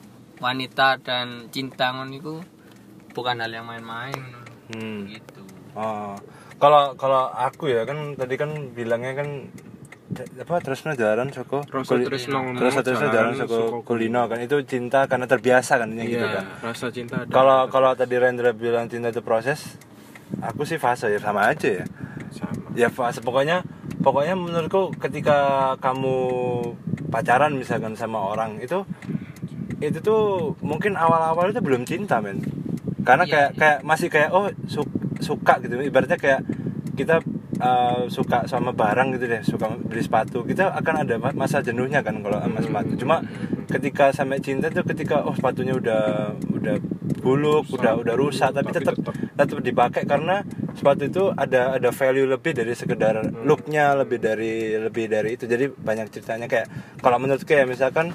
wanita dan cinta ngono iku bukan hal yang main-main Hmm. gitu. Oh. Kalau kalau aku ya kan tadi kan bilangnya kan apa terusnya jalan soko Rasa tresno ngono, terus terusnya jalan jalaran soko saka kulino kan itu cinta karena terbiasa kan Iya, gitu kan. rasa cinta ada. Kalau kalau tadi Rendra bilang cinta itu proses, aku sih fase ya sama aja ya. sama. Ya fase pokoknya pokoknya menurutku ketika kamu pacaran misalkan sama orang itu itu tuh mungkin awal-awal itu belum cinta men. Karena Iya, kayak iya. kayak masih kayak oh su- suka gitu ibaratnya kayak kita uh, suka sama barang gitu deh, suka beli sepatu, kita akan ada masa jenuhnya kan kalau sama sepatu. Cuma ketika sampai cinta tuh ketika oh sepatunya udah udah buluk, udah udah rusak tapi Tapi tetap tetap. tetap dipakai karena sepatu itu ada ada value lebih dari sekedar looknya, lebih dari lebih dari itu. Jadi banyak ceritanya kayak kalau menurut kayak misalkan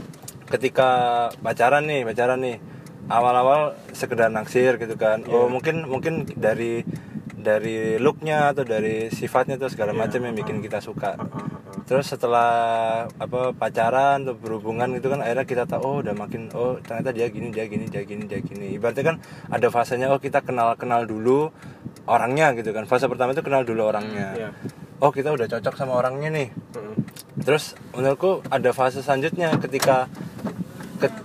ketika pacaran nih, pacaran nih awal-awal sekedar naksir gitu kan. Oh, mungkin mungkin dari dari looknya atau dari sifatnya tuh segala macam yang bikin kita suka. Terus setelah apa pacaran atau berhubungan gitu kan akhirnya kita tahu oh udah makin oh ternyata dia gini dia gini dia gini dia gini. Ibaratnya kan ada fasenya oh kita kenal-kenal dulu orangnya gitu kan. Fase pertama itu kenal dulu orangnya. Iya. Oh kita udah cocok sama orangnya nih. Heeh. Terus menurutku ada fase selanjutnya ketika ket-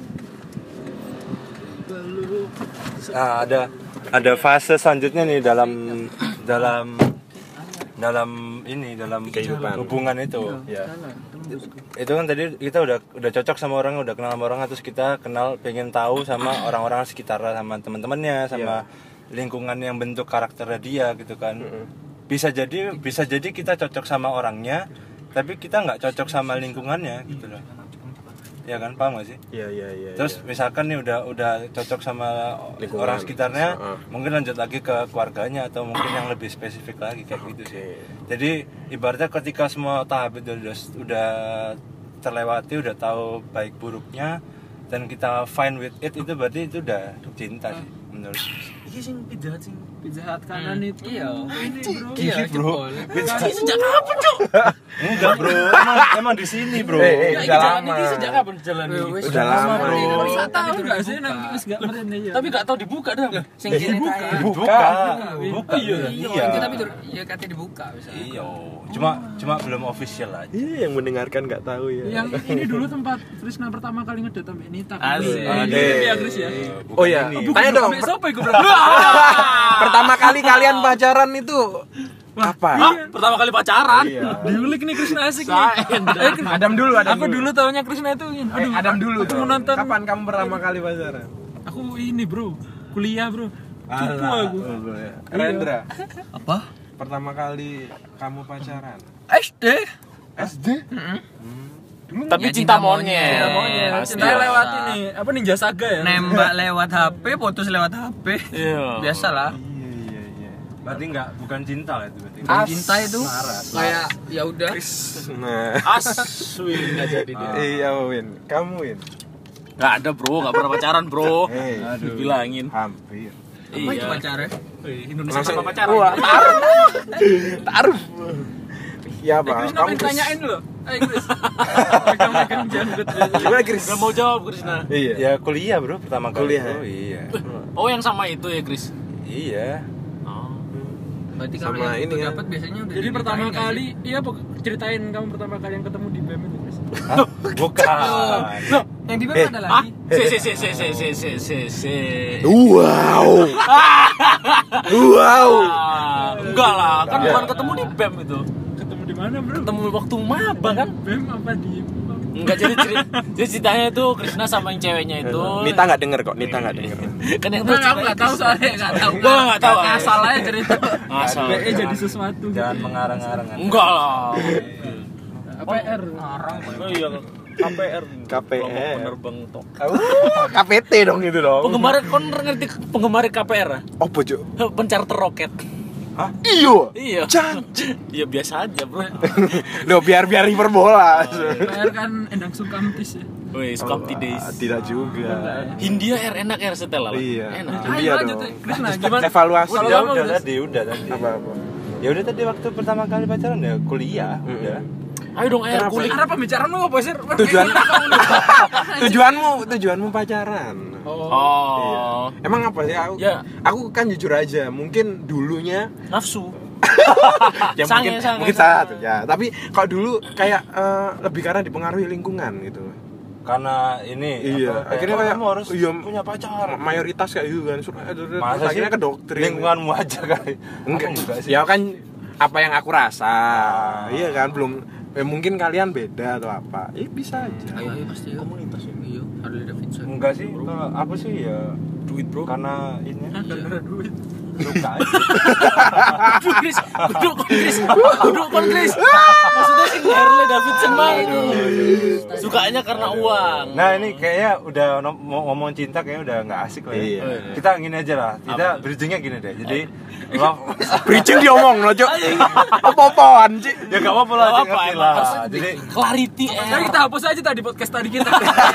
nah, ada ada fase selanjutnya nih dalam dalam dalam ini dalam Kehidupan. hubungan itu. Ya. Itu kan tadi kita udah udah cocok sama orang, udah kenal sama orang, terus kita kenal pengen tahu sama orang-orang sekitar, sama teman-temannya, sama lingkungan yang bentuk karakternya dia gitu kan. Bisa jadi bisa jadi kita cocok sama orangnya, tapi kita nggak cocok sama lingkungannya gitu loh. Ya kan, paham gak sih? Iya, iya, iya. Terus misalkan nih udah udah cocok sama Lingkungan. orang sekitarnya, Heeh. mungkin lanjut lagi ke keluarganya atau mungkin yang lebih spesifik lagi kayak gitu sih. Jadi ibaratnya ketika semua tahap itu udah, udah terlewati, udah tahu baik buruknya dan kita fine with it, itu berarti itu udah cinta sih menurut. Iki sing Pizza Hut sing Pizza Hut kanan itu. Iya. Ini bro. Iya, bro. jempol. sejak kapan, Cuk? Enggak bro, emang, emang di sini bro. Eh, eh, Ya, iki udah jalan lama. iki sejak kapan jalan ini? Wis Udah lama, bro. Bisa tahu enggak sih nang wis gak merene ya. Tapi gak tahu dibuka dah. Sing kene kae. Dibuka, Oh, buka. iya. Iya. Itu tapi tur ya kate dibuka bisa. Iya, cuma cuma belum official aja. Iya, yang mendengarkan nggak tahu ya. Yang ini dulu tempat Krisna pertama kali ngedate sampai ini tapi Asik. ini ya Kris ya. Bukan Oh iya, ini. tanya dong. Sampai sopo iku bro? Pertama kali kalian pacaran itu apa? Hah? Pertama kali pacaran. Iya. Diulik nih Krisna asik nih. Adam dulu, Adam Aku dulu taunya Krisna itu ini. Eh, Adam dulu. Aku dong. mau nonton. Kapan kamu pertama kali pacaran? Aku ini bro, kuliah bro. Cupu aku. Rendra, Apa? pertama kali kamu pacaran? S D. S D? Tapi Ya, cinta cinta monyet. monyet. Cinta monyet. Pasti. Cinta lewat ini, apa Ninja Saga ya? Nembak lewat H P, putus lewat H P. Iya. Biasalah. Iya, iya, iya. Berarti enggak bukan cinta lah itu berarti. Dan cinta itu Laras. kayak ya udah. Nah, Aswin nggak jadi dia. iya Win, kamu Win. Nggak ada bro, nggak pernah pacaran bro. Hei, Dibilangin. hampir. Apa itu Iya. pacarnya? Wih, Indonesia Langsung- tanpa pacaran. Wah, taruh. Taruh. Ya, Eh, Bang. Krisna pengen Chris. tanyain dulu. Eh, Kris. Pegang-pegang janggut. Gimana, Chris? Udah mau jawab Krisna. Iya. Ya kuliah bro pertama kali. Kuliah. Oh iya. Oh yang sama itu ya Kris. Iya. Oh. Berarti kalau Sama yang ini itu kan. dapat biasanya udah Jadi pertama dinikahin nggak kali, sih? iya pok- ceritain kamu pertama kali yang ketemu di B E M itu, Kris. Hah? Bukan. Loh, Yang di Eh, mana ada ah, lagi? si si si si si si si si si. Wow. Wow. Ah, enggak lah, kan Enggak. bukan ketemu di B E M itu. Ketemu di mana, Bro? Ketemu waktu maba kan? B E M apa di Enggak, jadi cerita, jadi ceritanya itu Krisna sama yang ceweknya itu. Nita nggak denger kok, Nita nggak denger. Kan yang Nah, aku nggak tahu soalnya nggak tahu. Gua nggak tahu. Asal aja cerita. Asal. B E jadi sesuatu. Jangan mengarang-arang. Enggak lah. P R. Oh iya, K P R. K P R. Kelompok penerbang tok. K P T dong itu dong. Penggemar kon ngerti penggemar K P R? Oh, Cuk. Pencarter roket. Hah? Iyo. Iya. Janji. Iya biasa aja, Bro. Loh, biar biar hiperbola. P R kan Endang Sukamtis ya. Woi, Sukamti Days. Ah, Tidak juga. Hindia R enak R setel lah. Iya. Enak. Itu Ayo dia lanjut, dong. Krisna gimana? Evaluasi. Kalau Udah, kamu udah udah- tadi, udah tadi. Apa-apa. Ya udah tadi waktu pertama kali pacaran ya kuliah, udah. Ayo dong R Kenapa? kulik. Arah pembicaraan lu apa sih? Tujuan tujuanmu tujuanmu pacaran. Oh. Iya. Emang apa sih aku? Ya. Aku kan jujur aja, mungkin dulunya Nafsu. ya Sange, mungkin sange, mungkin sange. satu ya. Tapi kalau dulu kayak eh, lebih karena dipengaruhi lingkungan gitu. Karena ini Iya, apa, akhirnya oh, kayak kamu harus iya, punya pacar. Mayoritas kayak gitu kan. Sur- terus Masa sih akhirnya ke dokter. lingkunganmu aja kali. Enggak, Aku enggak sih. ya kan apa yang aku rasa. Ah. Iya kan belum eh, mungkin kalian beda atau apa. Eh bisa aja. Ayo, ayo pasti yuk. Komunitas ya. Iya, Harley Davidson. Enggak sih, kalau aku sih ya Duit, Bro. karena ini Gara-gara duit. suka aja. Duduk Kris, duduk kon Kris, duduk kon Kris. Maksudnya si Harley Davidson mah itu. Sukanya karena uang. Nah ini kayaknya udah no- mau ngomong cinta kayaknya udah nggak asik lah ya. Iya. Kita gini aja lah, tidak bridgingnya gini deh. Jadi love, Bridging diomong loh, Cuk. Apa-apaan, Cik? ya gak apa-apa lah, Gak apa, ngerti emang lah. harus Jadi clarity Jadi eh. kita hapus aja tadi podcast tadi kita.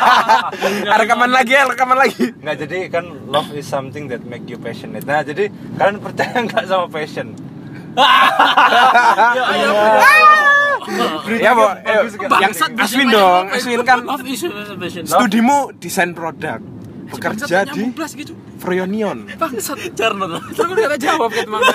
Ah, rekaman lagi ya, rekaman lagi. nggak jadi kan love is something that make you passionate. Nah jadi kalian percaya nggak sama passion? Ya, ayo. Ya, Bo. eh, Yang Aswin dong. Aswin kan Love is passion. studimu desain produk. Bekerja di Plus gitu. Freonion. Bangsat. Carno. Terus gue udah jawab kan Mang.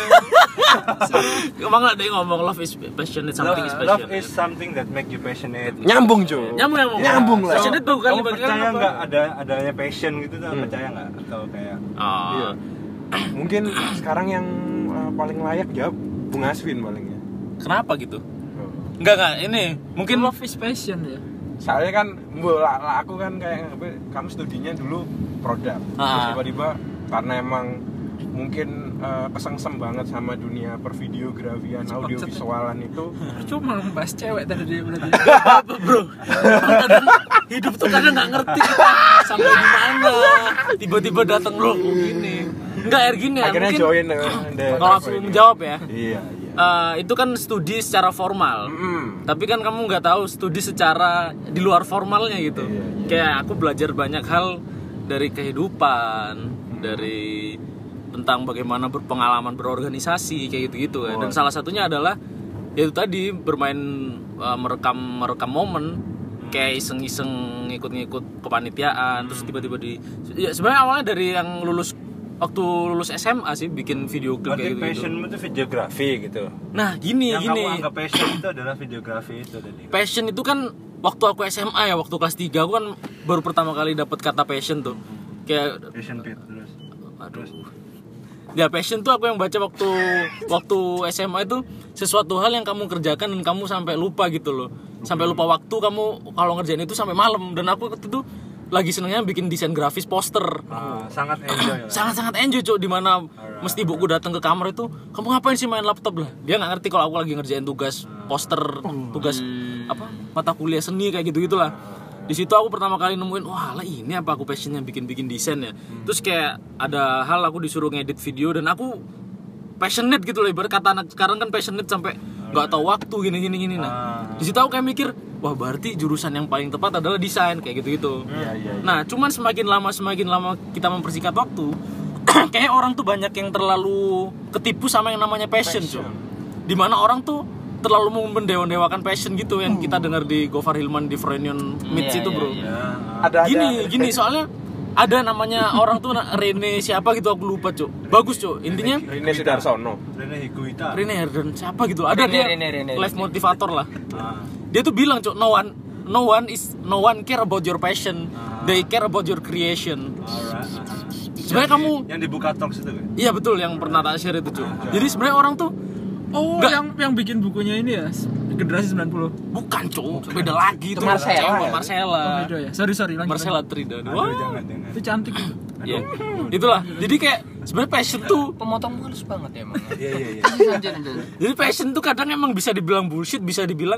Emang nggak dia ngomong love is passionate, something is Love passionate. is something that make you passionate. Nyambung, Cuk. Nyambung nyambung. Nyambung lah. Passionate tuh bukan Kamu dibagi percaya apa? nggak ada adanya passion gitu tuh? Hmm. Percaya nggak atau kayak Oh. Iya. Mungkin sekarang yang uh, paling layak jawab Bung Aswin paling ya. Kenapa gitu? Enggak enggak, ini mungkin Love is passion ya. Soalnya kan mbok, lah- lah aku kan kayak apa, kamu studinya dulu produk. Terus Ah. tiba-tiba karena emang mungkin uh, kesengsem banget sama dunia pervideografian, audiovisualan itu. Cuma membahas cewek tadi dia berarti. apa bro? Kadang hidup tuh kadang nggak ngerti kita sampai di mana. Tiba-tiba datang lo gini. Enggak air gini ya. Akhirnya Mungkin join uh, the- kalau aku menjawab ya. Iya, iya. eh, itu kan studi secara formal. Mm. Tapi kan kamu nggak tahu studi secara di luar formalnya gitu. Iya, iya. Kayak aku belajar banyak hal dari kehidupan, dari tentang bagaimana berpengalaman berorganisasi kayak gitu-gitu ya. Dan salah satunya adalah yaitu tadi bermain uh, merekam merekam momen kayak iseng-iseng ngikut-ngikut kepanitiaan terus tiba-tiba di ya sebenarnya awalnya dari yang lulus waktu lulus S M A sih bikin video klip berarti kayak gitu. passionmu itu videografi gitu. Nah, gini Yang gini. kamu anggap passion itu adalah videografi itu tadi. Passion itu kan waktu aku S M A ya, waktu kelas tiga aku kan baru pertama kali dapat kata passion tuh. Kayak Passion pit terus. aduh. Ya passion tuh aku yang baca waktu waktu S M A itu sesuatu hal yang kamu kerjakan dan kamu sampai lupa gitu loh. Sampai lupa waktu kamu kalau ngerjain itu sampai malam dan aku waktu itu lagi senengnya bikin desain grafis poster. Ah, sangat enjoy lah. Sangat-sangat enjoy cok di mana mesti ibuku datang ke kamar itu, kamu ngapain sih main laptop lah? Dia nggak ngerti kalau aku lagi ngerjain tugas poster, tugas apa mata kuliah seni kayak gitu gitulah. Di situ aku pertama kali nemuin, wah lah ini apa aku passionnya bikin-bikin desain ya. Terus kayak ada hal aku disuruh ngedit video dan aku passionate gitu loh, ibarat kata anak sekarang kan passionate sampai nggak tahu waktu gini gini gini. Nah di situ aku kayak mikir, wah berarti jurusan yang paling tepat adalah desain kayak gitu gitu. Iya, iya, iya. Nah cuman semakin lama semakin lama kita mempersingkat waktu, kayak orang tuh banyak yang terlalu ketipu sama yang namanya passion, passion. Dimana orang tuh terlalu mendewa-dewakan passion gitu yang kita dengar di Gofar Hilman di Freudian Myths Iya, itu iya, bro. iya. Ada Gini gini soalnya ada namanya orang tuh Rene siapa gitu aku lupa cuk. Bagus cuk. Intinya Rene Sudarsono. Rene Higuita. Rene Herden siapa gitu. Ada Rene, dia Rene, Rene, life Rene. motivator lah. Ah. Dia tuh bilang cuk, no one no one is no one care about your passion. They care about your creation. Alright. Sebenarnya kamu yang dibuka talks itu kan? iya betul yang pernah tak share itu cuk. Jadi sebenarnya orang tuh Oh, Nggak. yang yang bikin bukunya ini ya, generasi sembilan puluh. bukan cuk, beda lagi Itu tuh. Marcella, Cewek, ya? Marcella. Oh, beda ya. Sorry, sorry, lanjut. Marcella Trida. Aduh, Wah. jangan, jangan. Itu cantik gitu. Iya. Itulah. Jadi kayak sebenarnya passion tuh Pemotong halus banget ya emang. Iya, iya, iya. Anjir, anjir. Jadi passion tuh kadang emang bisa dibilang bullshit, bisa dibilang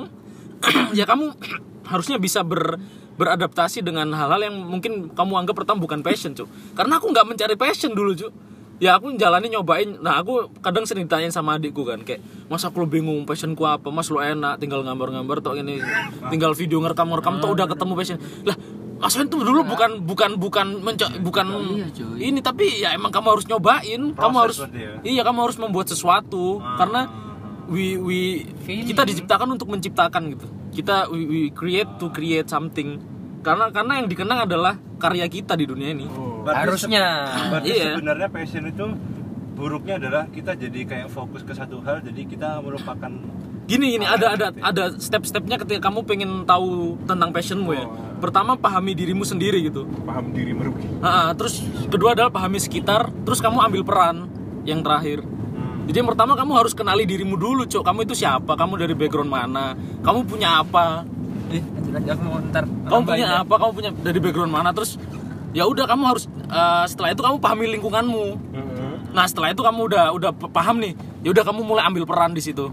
ya kamu harusnya bisa ber beradaptasi dengan hal-hal yang mungkin kamu anggap pertama bukan passion, Cuk. Karena aku nggak mencari passion dulu, Cuk. Ya aku jalani nyobain. Nah, aku kadang sering ditanyain sama adikku kan kayak, "Mas aku lo bingung passionku apa? Mas lo enak tinggal gambar-gambar tok ini, tinggal video ngerekam-ngerekam tok udah ketemu passion." Lah, Aswan tuh dulu bukan bukan bukan menco- bukan Iya, cuy. ini tapi ya emang kamu harus nyobain, kamu Proses harus berarti ya? iya kamu harus membuat sesuatu karena we we Feeling. kita diciptakan untuk menciptakan gitu. Kita we, we create to create something. Karena karena yang dikenang adalah karya kita di dunia ini. Berarti Harusnya. se- Berarti Iya. sebenarnya passion itu buruknya adalah kita jadi kayak fokus ke satu hal, jadi kita melupakan. Gini gini ada ada ada step-stepnya ketika kamu pengen tahu tentang passionmu ya. Pertama pahami dirimu sendiri gitu. Paham diri merugi. Ha, terus kedua adalah pahami sekitar, terus kamu ambil peran yang terakhir. Jadi yang pertama kamu harus kenali dirimu dulu, Cok. Kamu itu siapa? Kamu dari background mana? Kamu punya apa? Eh, lanjut lagi aku mau ntar. Kamu punya apa? Kamu punya dari background mana? Terus ya udah kamu harus eh, setelah itu kamu pahami lingkunganmu. Nah, setelah itu kamu udah udah paham nih. Ya udah kamu mulai ambil peran di situ.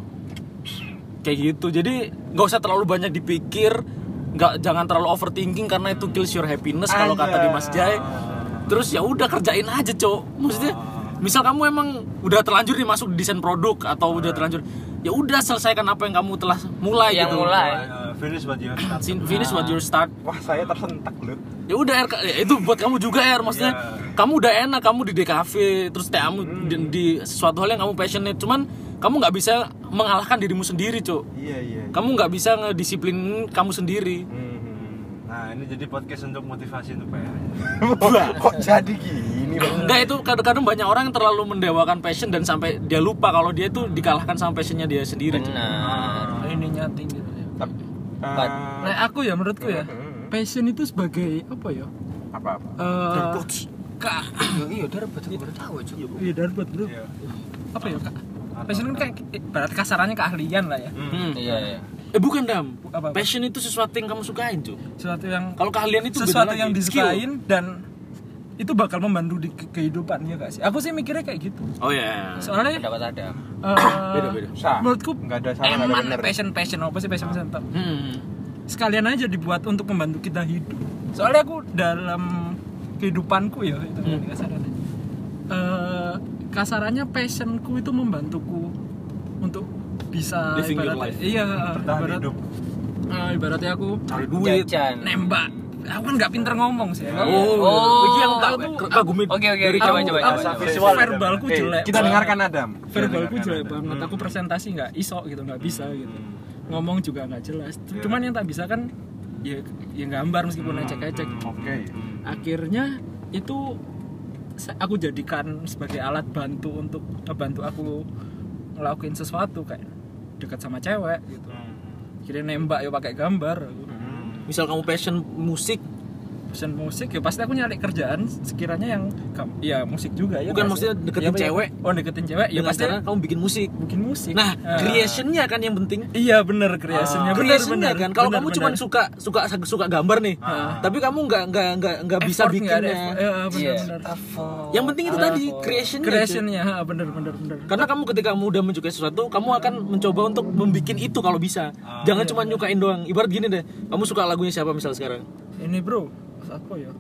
Kayak gitu. Jadi nggak usah terlalu banyak dipikir, nggak jangan terlalu overthinking karena itu kills your happiness kalau kata Dimas Jai. Terus ya udah kerjain aja, Cok. Maksudnya misal kamu emang udah terlanjur nih masuk di desain produk atau udah terlanjur, ya udah selesaikan apa yang kamu telah mulai Yang gitu. mulai. Uh, finish what you have started. Sin- Finish what you start. Wah, saya tersentak loh. Ya udah R, ya itu buat kamu juga R, maksudnya Iya. kamu udah enak kamu di D K V terus kamu di, di sesuatu hal yang kamu passionate, cuman kamu nggak bisa mengalahkan dirimu sendiri, Cok. Iya, iya. Kamu nggak bisa ngedisiplin kamu sendiri. Nah, ini jadi podcast untuk motivasi untuk P R. Kok jadi gini, Bang? Enggak, itu kadang-kadang banyak orang yang terlalu mendewakan passion dan sampai dia lupa kalau dia itu dikalahkan sama passionnya dia sendiri. Cok. Benar. Ininya tinggi. Tapi, But- eh, Nah, aku ya menurutku ya, passion itu sebagai apa ya? apa-apa? Eh, Kak, Yo, iya, udah rebut baru tahu, Cuk. iya dapat bro. Iya. Apa ya kak? Passion kan kayak berarti kasarannya keahlian lah ya. Hmm. Iya, iya. Eh bukan Dam, Apa-apa? passion itu sesuatu yang kamu sukain, Cok. Sesuatu yang Kalau keahlian itu beda sesuatu lagi. yang Skill. disukain dan itu bakal membantu di ke- kehidupan ya gak sih? Aku sih mikirnya kayak gitu. Oh ya. Soalnya Pendapat ada. eh, Beda-beda. Sah. menurutku Nggak ada salah, nggak ada eman benar. passion passion apa sih passion passion tetap. Hmm. Sekalian aja dibuat untuk membantu kita hidup. Soalnya aku dalam kehidupanku ya itu Hmm. kasarannya. Eh, kasarannya passionku itu membantuku untuk bisa Living your ibaratnya- life. iya Bertahan ibarat, hidup. eh, ibaratnya aku Cari duit. Jajan. nembak. Aku kan nggak pinter ngomong sih. Oh, Oh. ini yang tahu tuh kagumi. Oke, oke, dari coba, kamu. coba, Aku coba. Visual ya, verbalku Eh, jelek. kita dengarkan Adam. Verbalku dengarkan jelek ada. banget. Aku presentasi nggak iso gitu, nggak bisa gitu. Ngomong juga nggak jelas. Cuman yang tak bisa kan ya ya gambar meskipun ecek-ecek. Oke. Akhirnya itu sa- aku jadikan sebagai alat bantu untuk ngebantu aku ngelakuin sesuatu kayak dekat sama cewek gitu. Kira nembak ya pakai gambar. Aku. Misal kamu passion musik, Pesan musik ya pasti aku nyari kerjaan sekiranya yang kam- ya musik juga ya. Bukan, nggak maksudnya sih? deketin Ya, apa ya? cewek. Oh, deketin cewek ya dengan pasti cara kamu bikin musik. bikin musik. Nah, Ah. creationnya kan yang penting. Iya bener creationnya, bener Creationnya bener kan. Kalau bener, kamu bener. cuma suka suka suka gambar nih, tapi kamu nggak nggak nggak nggak bisa Effort nggak ada bikinnya. effort. Ya, bener Iya. bener. Yang penting itu Ah, tadi creationnya. Creationnya, ha, bener bener bener. Karena kamu ketika kamu udah menyukai sesuatu, kamu akan mencoba untuk membuat itu kalau bisa. Jangan cuma nyukain doang. Ibarat gini deh, kamu suka lagunya siapa misal sekarang? Ini bro, apa ya?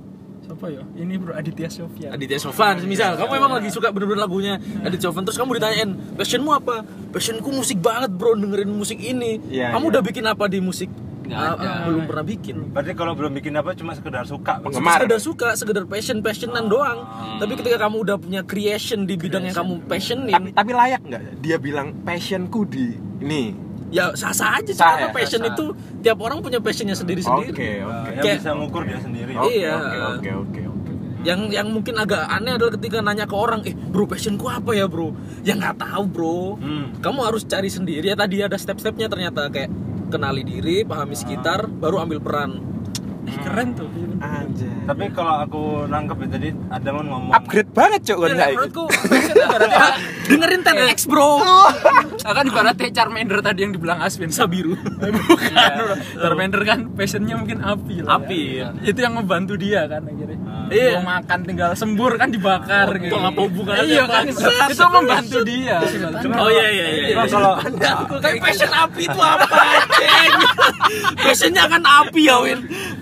Siapa ya? Ini bro Aditya Sofyan. Aditya Sofyan misal kamu memang lagi suka bener-bener lagunya Aditya Sofyan terus kamu ditanyain passionmu apa? Passionku musik banget bro, dengerin musik ini. Iya, Kamu iya. udah bikin apa di musik? Nggak Ah, ada. ah, belum pernah bikin. Berarti kalau belum bikin apa cuma sekedar suka. Penggemar. Sekedar suka, sekedar passion passionan doang. Tapi ketika kamu udah punya creation di bidang yang kamu passionin, Tapi, tapi layak nggak dia bilang passionku di ini? ya sah-sah aja sih, Sah karena ya? passion Sah-sah. itu tiap orang punya passionnya sendiri-sendiri. Oke, Uh, oke. yang Kayak- bisa ngukur dia sendiri. Oke, Iya. Oke, oke, oke, oke. Yang yang mungkin agak aneh adalah ketika nanya ke orang, eh bro passionku apa ya bro? Ya nggak tahu bro. Hmm. Kamu harus cari sendiri ya, tadi ada step-stepnya ternyata kayak kenali diri, pahami sekitar, baru ambil peran. Ih, keren tuh. Anjay. Tapi kalau aku nangkep ya tadi ada man ngomong Upgrade banget cok kan Ya, kayak menurutku passion ibaratnya dengerin ten X bro. Akan ibaratnya Charmander tadi yang dibilang Aswin. Sabiru. Bukan. Charmander kan passionnya mungkin api lah. Api, ya. ya. Itu yang ngebantu dia kan akhirnya. Iya. Mau makan tinggal sembur kan dibakar gitu. Tolak hubungan aja, Iya kan. Pak. Itu membantu dia. Oh iya iya iya. Cuma kalau Tapi passion api itu apa, Ceng? Passionnya kan api ya, Win.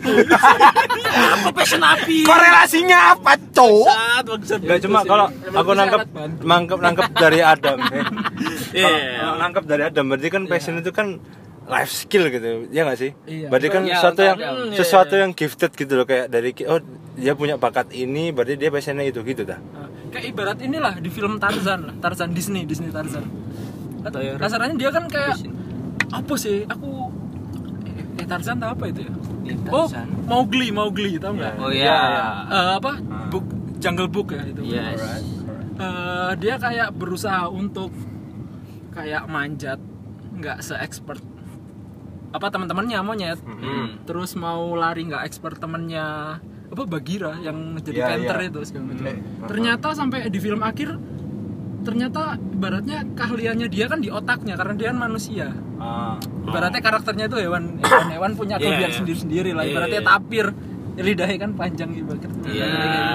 Apa passion api? korelasinya apa cok? Bangsat, bangsat. nggak cuma kalau aku nangkep nangkep nangkep dari Adam ya. Iya. Kalau nangkep dari Adam berarti kan passion itu kan life skill gitu ya nggak sih? Iya. Berarti kan Iya, sesuatu yang Adam. Iya, sesuatu iya. yang gifted gitu loh kayak dari ki- oh dia punya bakat ini berarti dia passionnya itu gitu dah. Nah, kayak ibarat inilah di film Tarzan lah, Tarzan Disney, Disney Tarzan. Tarzan. Kasarnya dia kan kayak apa sih? Aku eh Tarzan tau apa itu ya? Oh, Tarzan. Mowgli, Mowgli, tau nggak? Oh iya. Eh, apa? Book Jungle Book ya itu. Yes. Eh, dia kayak berusaha untuk kayak manjat, nggak se-expert apa teman-temannya monyet. Hmm. Terus mau lari nggak expert temennya apa Bagheera yang jadi Iya, Panther iya. itu segala macam. Eh, Ternyata sampai di film akhir ternyata ibaratnya keahliannya dia kan di otaknya karena dia kan manusia. Ah. Ibaratnya karakternya itu hewan hewan, hewan punya Iya, kelebihan iya. sendiri-sendiri lah. Iya, Ibaratnya iya. tapir, lidahnya kan panjang ibaratnya. Iya.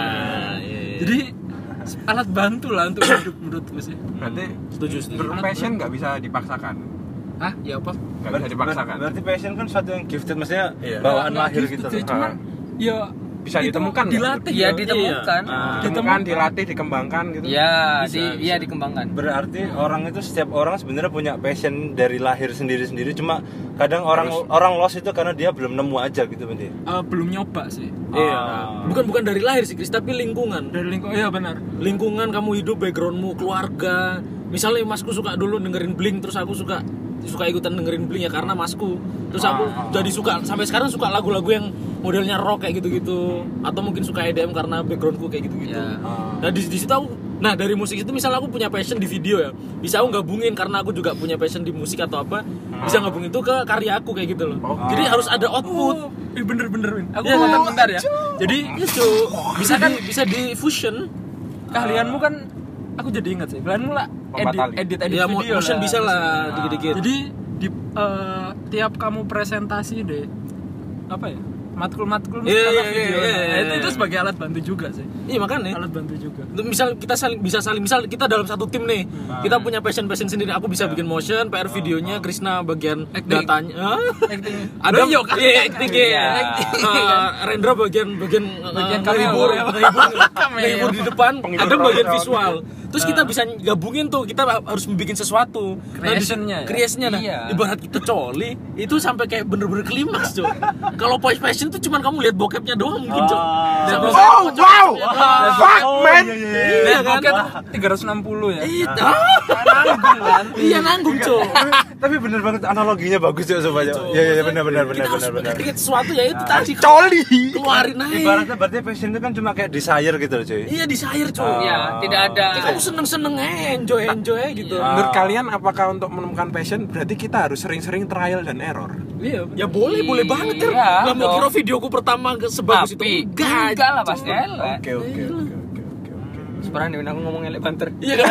iya. Jadi alat bantu lah untuk hidup menurutku sih. Berarti Setuju, setuju. berpassion nggak bisa dipaksakan. Ah, ya apa? Nggak bisa dipaksakan. Berarti passion kan sesuatu yang gifted maksudnya Iya. bawaan Nggak lahir gitu gitu sih, loh. cuman ya Bisa itu ditemukan nggak? dilatih Iya, ya. ditemukan. Ah. Ditemukan, dilatih, dikembangkan gitu. Iya, Bisa, di bisa. iya dikembangkan. Berarti orang itu setiap orang sebenarnya punya passion dari lahir sendiri-sendiri cuma kadang orang orang lost itu karena dia belum nemu aja gitu berarti. Eh, belum nyoba sih. Iya. Ah. Bukan bukan dari lahir sih, Chris, tapi lingkungan. Dari lingkungan, iya benar. Lingkungan kamu hidup, backgroundmu, keluarga. Misalnya masku suka dulu dengerin Blink, terus aku suka suka ikutan dengerin Blink ya karena masku. Terus aku Ah. jadi suka sampai sekarang suka lagu-lagu yang modelnya rock kayak gitu-gitu, atau mungkin suka E D M karena backgroundku kayak gitu-gitu. Ya. Nah di, di situ aku, nah dari musik itu misalnya aku punya passion di video ya, bisa aku gabungin karena aku juga punya passion di musik atau apa, bisa gabungin itu ke karya aku kayak gitu loh. Jadi harus ada output. Oh, ih bener-bener Win. Aku Iya, mau kan? bentar ya. Jadi Itu bisa kan bisa di fusion. keahlianmu kan aku jadi ingat sih. Keahlianmu lah edit Pembatali. edit edit Ya video motion lah. bisa lah dikit-dikit. Jadi di eh, tiap kamu presentasi deh apa ya? Matkul-matkul Iya, setelah iya, video. iya, Nah, iya, itu iya. itu sebagai alat bantu juga sih. Iya makanya. Alat bantu juga. Misal kita saling bisa saling misal kita dalam satu tim nih, kita punya passion passion sendiri. Aku bisa bikin motion, P R videonya, Krisna bagian Acting. datanya, Acting. ada Beliau kan? iya acting ya, Iya. Eh, Rendra bagian bagian Bagian eh, cameo. ngehibur, ngehibur, Cameo. ngehibur di depan, Penghibur ada bagian crowd. visual. Terus kita bisa gabungin tuh, kita harus membuat sesuatu. Creation-nya ya? Creation-nya nah, Iya. ibarat kita coli, itu sampai kayak bener-bener klimaks, Cok. Kalau voice passion tuh cuman kamu lihat bokepnya doang mungkin, Cok. Ah. Sampai- Oh wow, fuck Oh, man. iya, iya, iya. Iya kan? Bokep tiga ratus enam puluh ya. Iya, nanggung kan? Iya nanggung, Cok. Tapi bener banget analoginya bagus ya sobat. Iya iya benar benar benar Kita harus benar benar. bikin sesuatu ya itu tadi Coli. keluarin aja. Ibaratnya berarti passion itu kan cuma kayak desire gitu loh cuy. Iya desire, Cok. Iya, tidak ada. Kayak kamu seneng-seneng aja, enjoy enjoy aja gitu. Menurut kalian apakah untuk menemukan passion berarti kita harus sering-sering trial dan error? Iya. Ya boleh, boleh banget ya. Iya, Lah mau dong. kira videoku pertama ke- sebagus itu Tapi enggak. enggak lah Cok. pasti elek. Oke oke oke oke oke oke. Sekarang nih aku ngomong elek banter. Iya kan?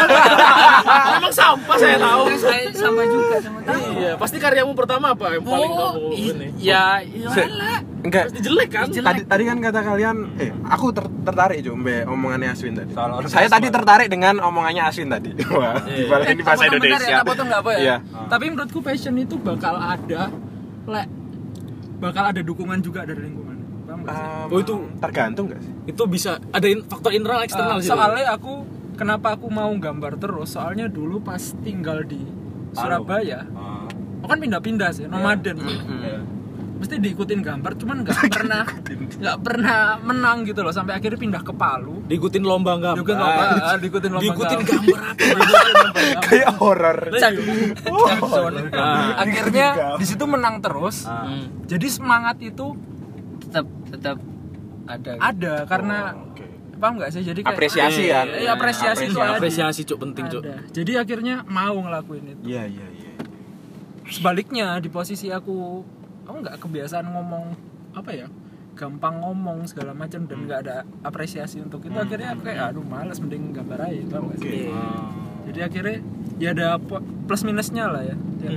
Emang sampah saya tahu. Saya sama juga sama Iya, pasti karyamu pertama apa yang paling Oh, kamu ini? ya, ya Se- elek. Enggak. Pasti jelek kan? Tadi tadi kan kata kalian, eh aku ter- tertarik juga mbak omongannya Aswin tadi. Soal orgasme. Saya tadi tertarik dengan omongannya Aswin tadi. Wah, Iya. dibalik ini bahasa Tak potong bentar Indonesia. Ya, tak potong nggak apa ya? Iya. Tapi menurutku passion itu bakal ada, lek bakal ada dukungan juga dari lingkungan. Paham nggak? Um, Oh, itu tergantung nggak sih? itu bisa ada in, faktor internal eksternal Uh, sih. soalnya aku kenapa aku mau gambar terus? Soalnya dulu pas tinggal di Surabaya, Ah. aku kan pindah-pindah sih, nomaden. Iya. Mesti diikutin gambar, cuman nggak pernah nggak pernah menang gitu loh, sampai akhirnya pindah ke Palu. diikutin lomba gambar. Diikutin lomba, ah, diikutin lomba Diikutin gambar. gambar apa? Diikutin lomba gambar. Kayak horor. Jackson. Ah. Akhirnya di situ menang terus. Hmm. Jadi semangat itu tetap tetap ada. ada karena Oke. paham nggak sih? Jadi kayak Apresiasi Iya, kan? Iya, apresiasi itu ada. Apresiasi cuk penting cuk. Ada. Jadi akhirnya mau ngelakuin itu. Iya iya iya. Sebaliknya di posisi aku, aku nggak kebiasaan ngomong apa ya, gampang ngomong segala macam dan nggak ada apresiasi untuk itu. Akhirnya aku kayak aduh males, mending gambar aja, paham nggak sih? Oke. Jadi akhirnya ya ada po- plus minusnya lah ya. Ya,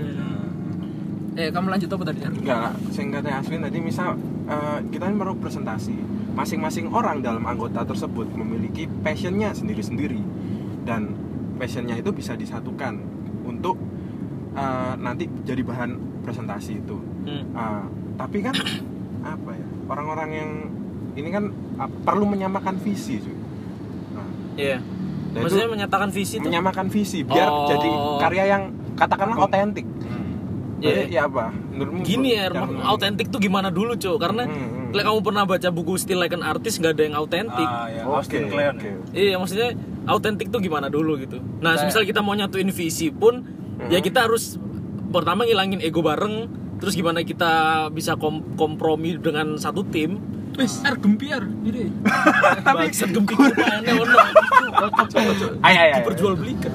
Eh kamu lanjut apa tadi? Enggak, singkatnya Aswin tadi misal eh, kita kan baru presentasi. Masing-masing orang dalam anggota tersebut memiliki passionnya sendiri-sendiri dan passionnya itu bisa disatukan untuk eh, nanti jadi bahan presentasi itu. Hmm. Eh, tapi kan apa ya, orang-orang yang ini kan ah, perlu menyamakan visi, cuy. Nah, Iya. dan Maksudnya itu menyatakan visi tuh. menyamakan visi biar Oh. jadi karya yang katakanlah otentik. Iya. Jadi ya apa? Menurutmu Gini ya, yang- autentik tuh gimana dulu cuk? Karena Hmm, hmm. like kamu pernah baca buku Still Like an Artist, nggak ada yang autentik. Ah, ya. Oke, Austin Kleon. oke. Iya, maksudnya autentik tuh gimana dulu gitu. Nah, Kayak- misal kita mau nyatuin visi pun, ya kita harus pertama ngilangin ego bareng. Terus gimana kita bisa kom- kompromi dengan satu tim? Wis, ar gempiar, ini. Tapi segempik aneh ono. Ay, ay, ay. Diperjualbelikan.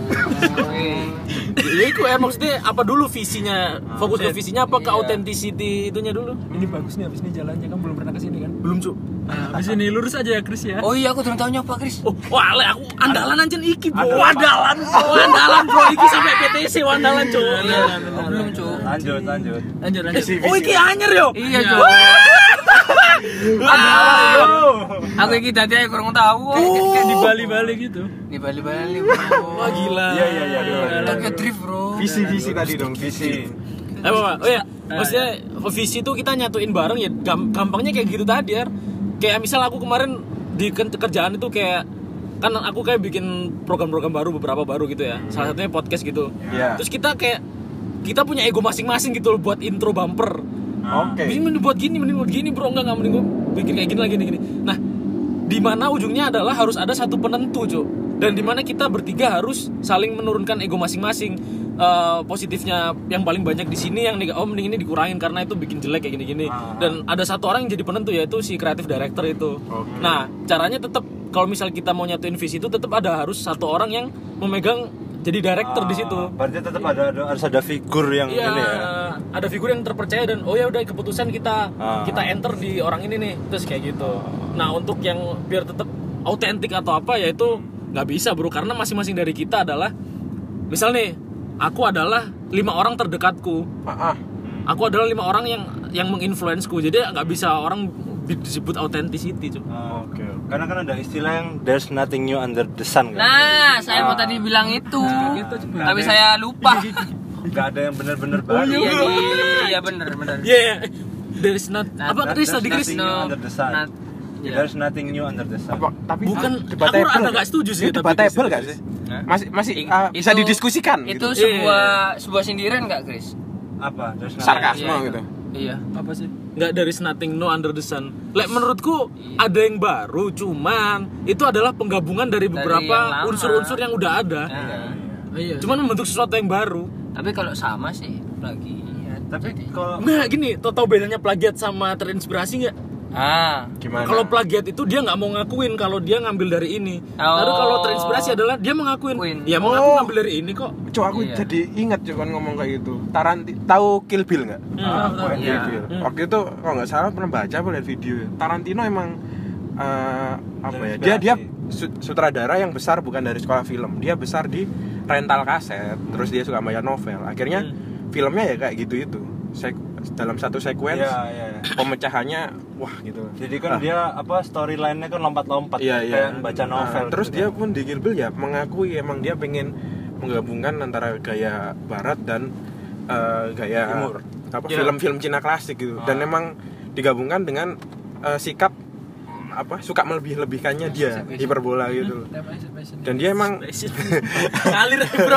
Ya itu ya maksudnya apa dulu visinya? Fokus ke visinya apa ke Iya. authenticity itunya dulu? Ini bagus nih, abis ini jalannya kan belum pernah kesini kan? Belum cuk. Nah, abis ini lurus aja ya Chris ya. Oh iya, aku belum tahu apa, Kris. Oh, wale aku andalan anjen iki, bro. Andalan. Andalan, bro. Iki sampai P T C andalan, cuk. Oh, belum, Cuk. Lanjut, lanjut. Lanjut lanjut. Visi, Oh, visi. iki anyer yo. Iya, Cuk. Aku iki tadi aku kurang tahu. Kayak- kayak di Bali-Bali gitu. Di Bali-Bali, Bro. Wah, gila. Iya iya iya. Tokyo Drift, Bro. Visi visi tadi dong visi. Eh, Pak. Oh ya, maksudnya visi itu kita nyatuin bareng ya gam- gampangnya kayak gitu tadi ya. Kayak misal aku kemarin di ken- kerjaan itu kayak kan aku kayak bikin program-program baru beberapa baru gitu ya. Salah satunya podcast gitu. Iya. Terus kita kayak kita punya ego masing-masing gitu loh buat intro bumper. Oke. Ini mending buat gini, mending buat gini, bro. Enggak, enggak mending gua bikin kayak gini lagi, gini, gini. Nah, di mana ujungnya adalah harus ada satu penentu, Cuk. Dan di mana kita bertiga harus saling menurunkan ego masing-masing. Eh, positifnya yang paling banyak di sini yang nih, oh mending ini dikurangin karena itu bikin jelek kayak gini-gini. Dan ada satu orang yang jadi penentu yaitu si creative director itu. Oke. Nah, caranya tetap kalau misal kita mau nyatuin visi itu tetap ada harus satu orang yang memegang jadi director di situ. Berarti tetap ada, ada harus ada figur yang Iya, ini ya. ada figur yang terpercaya dan oh ya udah keputusan kita Ah. kita enter di orang ini nih, terus kayak gitu. Nah untuk yang biar tetap autentik atau apa ya itu nggak bisa bro, karena masing-masing dari kita adalah misal nih aku adalah lima orang terdekatku, Ah, ah. aku adalah lima orang yang yang menginfluensku, jadi nggak bisa orang disebut authenticity cuy. Ah, oke. Karena kan ada istilah yang there's nothing new under the sun kan. Nah, saya mau tadi bilang itu. Tapi saya lupa. Gak ada yang benar-benar Oh, baru. Iya, iya benar, benar. Iya, yeah, there is not Nah, apa That- tadi there's tadi Chris? nothing new under the sun. Not- iya. There's nothing new under the sun. Apa, tapi Bukan, ah, aku debatable rada nggak? nggak setuju sih, Ini tapi debatable Chris. nggak sih? Masih masih I- ah, bisa itu- didiskusikan Itu gitu. sebuah sebuah sindiran enggak, Chris? Apa? There's nothing. Sarkasme Iya, gitu. Iya. Apa sih? Nggak, there is nothing new under the sun. Like, menurutku ada yang baru, cuman itu adalah penggabungan dari Dari beberapa yang lama. unsur-unsur yang udah ada. Nah, Oh, iya. Cuman membentuk sesuatu yang baru. tapi kalau sama sih lagi. Tapi kalau Nah gini, tau tau bedanya plagiat sama terinspirasi nggak? Ah, Gimana? Kalau plagiat itu dia nggak mau ngakuin kalau dia ngambil dari ini. Oh. Lalu kalau terinspirasi adalah dia mengakuin. Ngakuin. Ya mau ngaku Oh. ngambil dari ini kok. Cok, aku Iya. jadi ingat cok kan ngomong kayak gitu. Taranti tahu Kill Bill nggak? Hmm. Bukan Iya. Kill Bill. Waktu itu kalau nggak salah pernah baca apa lihat video. Tarantino emang eh, apa ya? Dia dia su- sutradara yang besar bukan dari sekolah film. Dia besar di rental kaset. Terus dia suka bayar novel. Akhirnya filmnya ya kayak gitu itu. Sek- dalam satu sequence Iya, iya, iya. pemecahannya wah gitu. Jadi kan Ah. dia apa storyline-nya kan lompat-lompat Iya, iya. kayak baca novel. Nah, terus gitu dia kan. pun di Kill Bill ya mengakui emang dia pengen menggabungkan antara gaya barat dan eh, gaya Timur. apa Ya. film-film Cina klasik gitu. Dan Ah. emang digabungkan dengan uh, sikap apa suka melebih-lebihkannya dia hiperbola gitu loh. Dan dia emang ngalir bro.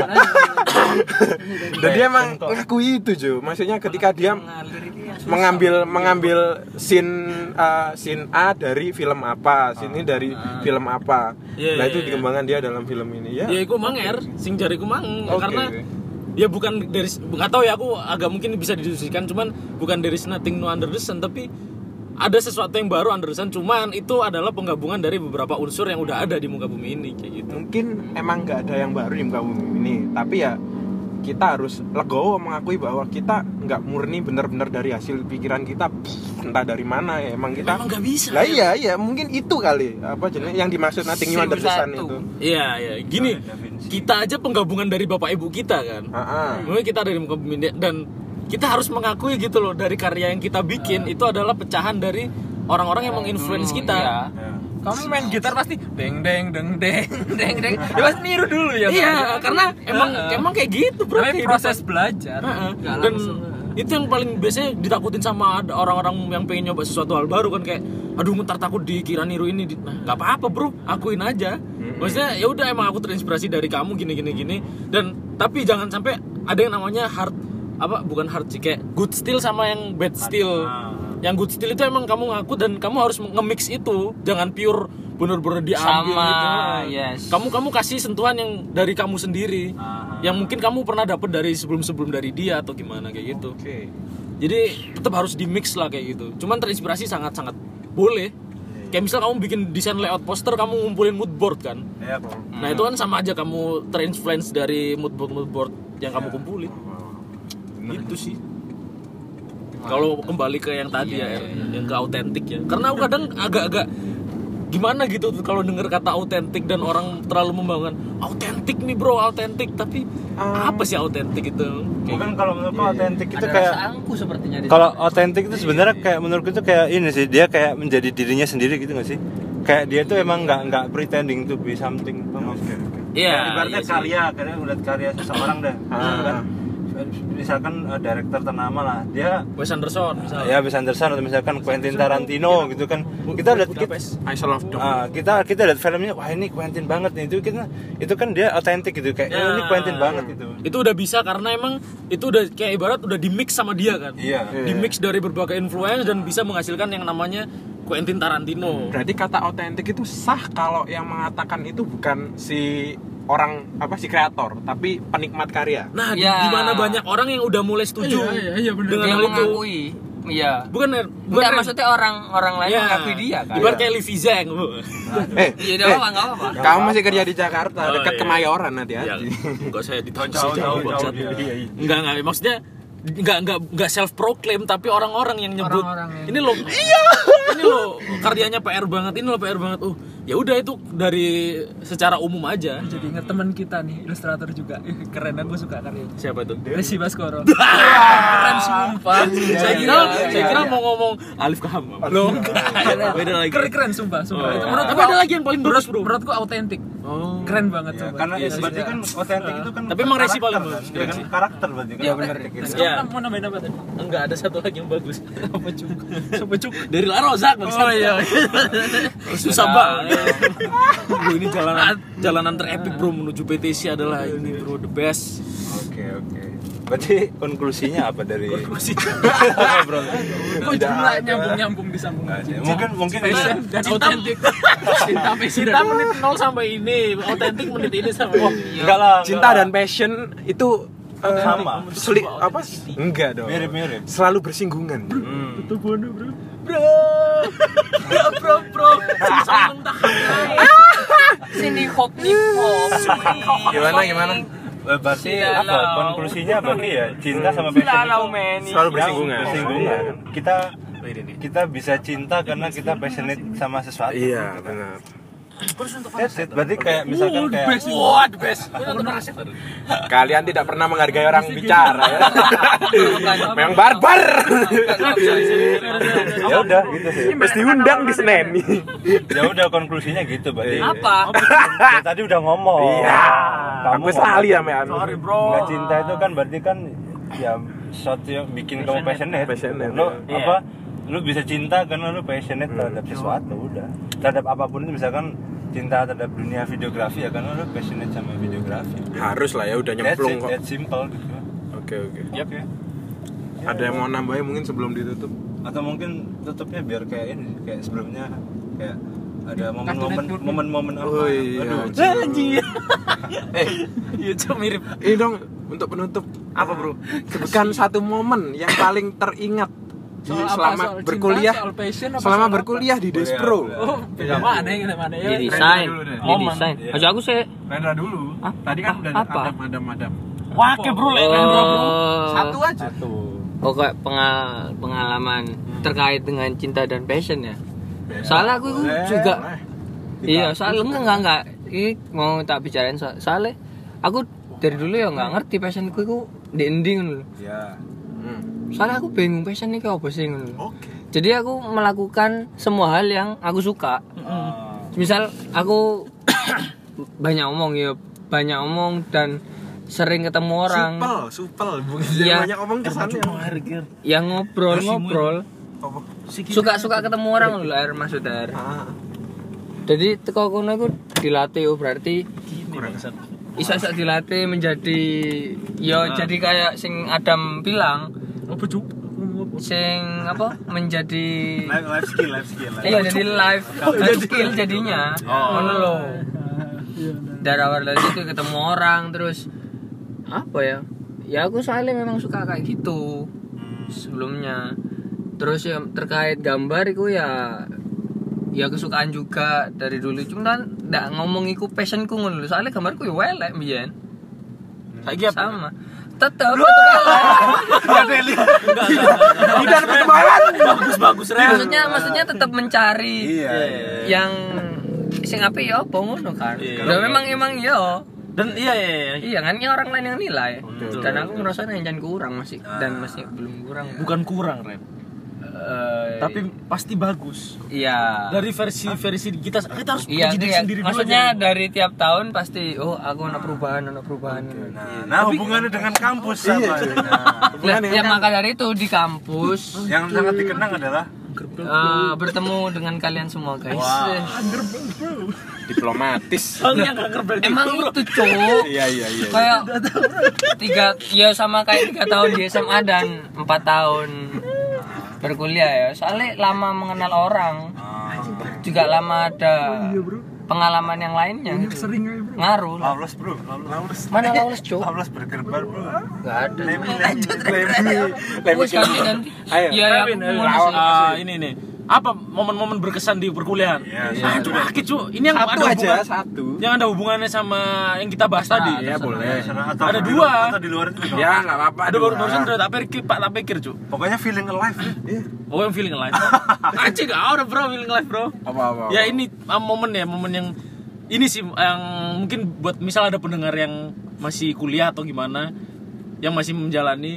dan dia emang ngakui itu Jo. Maksudnya ketika dia mengambil mengambil scene uh, scene A dari film apa, scene ini dari film apa. Yeah, nah yeah, itu yeah. dikembangkan dia dalam film ini ya. Ya iku manger, sing jariku mang Okay, karena okay. ya bukan dari nggak tahu ya aku agak mungkin bisa didiskusikan, cuman bukan dari nothing new under the sun, tapi ada sesuatu yang baru under the sun, cuman itu adalah penggabungan dari beberapa unsur yang udah ada di muka bumi ini kayak gitu. Mungkin emang nggak ada yang baru di muka bumi ini, tapi ya kita harus legowo mengakui bahwa kita nggak murni benar-benar dari hasil pikiran kita, pff, entah dari mana ya emang kita. Emang nggak bisa. Lah ya? iya iya mungkin itu kali apa jenis yang dimaksud nothing new under the sun itu. Iya iya gini, kita aja penggabungan dari bapak ibu kita kan. Heeh. Mungkin kita dari muka bumi ini, dan kita harus mengakui gitu loh, dari karya yang kita bikin itu adalah pecahan dari orang-orang yang menginfluence kita. Iya. Kamu main gitar pasti deng deng deng deng deng deng. Ya pasti niru dulu ya. Iya, karena emang Heeh. emang kayak gitu bro. Tapi kehidupan. proses belajar. Heeh. Nggak Dan langsung. itu yang paling biasanya ditakutin sama ada orang-orang yang pengen nyoba sesuatu hal baru kan, kayak aduh ntar takut dikira niru ini. Nah, nggak apa-apa bro, akuin aja. Maksudnya ya udah emang aku terinspirasi dari kamu gini gini gini. Dan tapi jangan sampai ada yang namanya hard apa bukan hard sih, kayak good still sama yang bad still. Yang good still itu emang kamu ngaku dan kamu harus nge-mix itu, jangan pure bener-bener diambil Sama, gitu. yes. Kamu kamu kasih sentuhan yang dari kamu sendiri, yang mungkin kamu pernah dapet dari sebelum-sebelum dari dia atau gimana kayak gitu. Oke. Jadi tetap harus di mix lah kayak gitu. Cuman terinspirasi sangat-sangat boleh. Kayak misal kamu bikin desain layout poster, kamu ngumpulin mood board kan. Iya, bro. Nah itu kan sama aja kamu terinfluence dari mood board mood board yang kamu kumpulin. Itu sih. Kalau kembali ke yang tadi ya, Er, yang ke autentik ya. Karena aku kadang agak-agak gimana gitu kalau denger kata autentik dan orang terlalu membangun autentik nih bro, autentik, tapi apa sih autentik itu? Mungkin kalau menurutku autentik itu Ada kayak rasa angku sepertinya di kalau autentik itu sebenarnya kayak menurutku itu kayak ini sih, dia kayak menjadi dirinya sendiri gitu nggak sih? Kayak dia tuh emang nggak nggak pretending to be something. Iya. Ibaratnya iya sih. karya, karya udah karya seseorang dah. Misalkan, misalkan uh, director ternama lah, dia Wes Anderson misalnya. ya Wes Anderson atau misalkan Quentin Tarantino gitu kan. Kita lihat kita, Isle of Dogs. ah, kita kita lihat filmnya, wah ini Quentin banget nih, itu kita itu kan dia autentik gitu, kayak Ya. oh, ini Quentin banget gitu. Itu udah bisa karena emang itu udah kayak ibarat udah di mix sama dia kan. Iya. Di mix dari berbagai influence dan bisa menghasilkan yang namanya Quentin Tarantino. Berarti kata autentik itu sah kalau yang mengatakan itu bukan si orang apa si kreator, tapi penikmat karya. Nah, Ya. di mana banyak orang yang udah mulai setuju Iya, iya, iya, bener. dengan dia hal itu. mengakui. Iya. Bukan Er, bukan Enggak, Er. maksudnya orang-orang lain Ya. mengakui dia kan. Ibarat kayak Livi Zeng. Eh, Iya, enggak apa-apa, enggak apa-apa. kamu masih kerja di Jakarta, Oh, dekat iya. Kemayoran Ya, hati-hati. enggak saya ditanya Jauh, jauh, jauh dia. Enggak, enggak, maksudnya enggak enggak enggak self proclaim, tapi orang-orang yang nyebut Orang-orang yang- ini loh iya ini loh karyanya P R banget, ini loh P R banget. Oh ya udah itu dari secara umum aja. Jadi inget teman kita nih, ilustrator juga. Keren, aku suka karyanya. Siapa tuh? Resi Baskoro. Keren sumpah. Saya kira saya kira mau ngomong Alif Kaham loh. Beda lagi. Keren keren sumpah, sumpah. Oh. Itu menurut Tapi ada lagi yang paling bagus bro. menurutku autentik. Oh. Keren banget Ya, sumpah. karena Iya sih. berarti kan otentik itu kan Tapi emang Resi karakter paling kan? bagus. Iya kan karakter berarti kan. Iya, bener. otentik gitu. Ya. Kamu mau nambahin apa tadi? Enggak, ada satu lagi yang bagus. Apa cuk? Apa cuk? Dari Larozak. Oh iya. Susah banget. Bro, ini jalanan jalanan terepik bro menuju P T C adalah ini bro, the best. Oke, oke. Berarti konklusinya apa dari bro? Kok jumlah nyambung-nyambung disambung aja. Mungkin mungkin Passion dan autentik. Cinta passion. Cinta menit nol sampai ini, autentik menit ini sampai enggak lah. Cinta dan passion itu eh, Sama. seli- apa? Enggak dong. Mirip-mirip. Selalu bersinggungan. Hmm. bro. Bro, bro, bro. Sing tak. Sini hop nih hop. Gimana gimana? Eh, Berarti Silalau. apa? Konklusinya berarti ya cinta sama passion Silalau, itu men. Selalu yang bersinggungan. bersinggungan. Kita kita bisa cinta karena kita passionate sama sesuatu. Iya, benar. That's it. Berarti kayak misalkan kayak Wah, the best. Kalian tidak pernah menghargai orang bicara ya. Memang barbar. ya udah gitu sih. Mesti diundang di Senen. Ya udah konklusinya gitu berarti. Apa? Ya, tadi udah ngomong. Iya. Kamu Aku sali ya, men. Sorry, bro. Nggak cinta itu kan berarti kan ya sesuatu yang bikin kamu passionate. Passionate, Lo iya. apa lu bisa cinta karena lu passionate terhadap sesuatu udah. Terhadap apapun itu misalkan cinta terhadap dunia videografi ya karena lu passionate sama videografi. Harus lah ya, udah That's nyemplung it, kok. that's simple gitu. Oke oke. Yap. Oke. Ada yang mau nambahin mungkin sebelum ditutup? Atau mungkin tutupnya biar kayak ini kayak sebelumnya kayak ada momen-momen momen-momen apa? Oh iya. Aduh, Anjir. Eh, Iya, cuma mirip. ini dong untuk penutup Apa, Bro? sebutkan satu momen yang paling teringat di- Soal apa? selama Soal cinta, berkuliah soal passion, apa selama soal apa? berkuliah di Despro. Oh, beda mana ya, beda mana ya? Di desain, dulu deh. di Momen. desain. Iya. Aja aku sih. Rendra dulu. Tadi kan udah Apa? ada madam-madam. Wake bro, lek Rendra, bro. Oh, Satu aja. Satu. pokok pengal pengalaman terkait dengan cinta dan passion ya. Soalnya aku itu Boleh, juga boleh. iya, soalnya enggak enggak enggak. Ini mau tak bicarain so- soalnya aku dari dulu ya nggak ngerti passionku itu di ending loh. Ya. Hmm. Soalnya aku bingung passion ini kayak apa sih ngono. Oke. Jadi aku melakukan semua hal yang aku suka. Ah. Misal aku banyak omong ya, banyak omong dan sering ketemu orang Supel, supel. Bukan Iya. banyak ngomong kesannya. yang ngobrol-ngobrol. Apa? Suka-suka ketemu orang loh, air maksud air. Ah, Jadi teko kono iku dilatih oh, berarti kurang. iso-iso dilatih menjadi yo jadi kayak sing Adam bilang, Apa cuk? sing apa menjadi Life, life skill, life skill. Life. iya jadi live live skill jadinya. Ngono loh. Dari awal dari situ ketemu orang terus apa ya? Ya aku soalnya memang suka kayak gitu sebelumnya. Terus ya terkait gambar itu ya ya kesukaan juga dari dulu, cuman ndak ngomong iku passionku ngono lho. Soalnya gambarku ya welek mbiyen. Saiki apa? Sama. Tetep welek. Tidak perkembangan. Bagus-bagus Ren. Maksudnya maksudnya tetap mencari Iya. yang sing apik ya apa ngono kan. Iya. Lah memang emang ya. Dan iya iya iya. Iya kan ini orang lain yang nilai. Betul. Dan aku ngerasa jangan kurang masih dan masih belum kurang. Bukan kurang Ren. Eh, Tapi pasti bagus. iya. Dari versi-versi kita kita harus Iya, puji diri iya. sendiri dulu Maksudnya aja. dari tiap tahun pasti oh aku ada perubahan, ada perubahan. Nah, nah hubungannya dengan kampus sama. Nah, Nah, ya maka dari itu di kampus yang sangat dikenang adalah eh, bertemu dengan kalian semua guys. Diplomatis. Oh iya enggak ngerbel. Emang itu cowok. Iya iya iya. Kayak tiga ya sama kayak tiga tahun di S M A dan empat tahun berkuliah ya. Soalnya lama mengenal orang. Juga lama ada pengalaman yang lainnya gitu. Ngaruh. Lawless bro, lawless. Mana lawless cowok? Lawless bergerbar bro. Enggak ada. Lemi Wes nanti nanti. Ayo. Iya ya. Kevin, aku mau eh, ngasih. ah, ini nih. Apa momen-momen berkesan di perkuliahan? Iya, Ah, satu cuma cu, ini yang Satu ada aja, hubungan, satu. yang ada hubungannya sama yang kita bahas tadi. Iya boleh. Atau Ada di dua. luar- Atau di luar itu juga. Ya nggak apa-apa. Ada baru dua. barusan udah tak pikir, Pak, tak pikir, cu. Pokoknya feeling alive. Iya. Oh, yang feeling alive. Anjing, ah, udah bro feeling alive, bro. Apa-apa. Ya ini ah, momen ya, momen yang ini sih yang mungkin buat misal ada pendengar yang masih kuliah atau gimana, yang masih menjalani.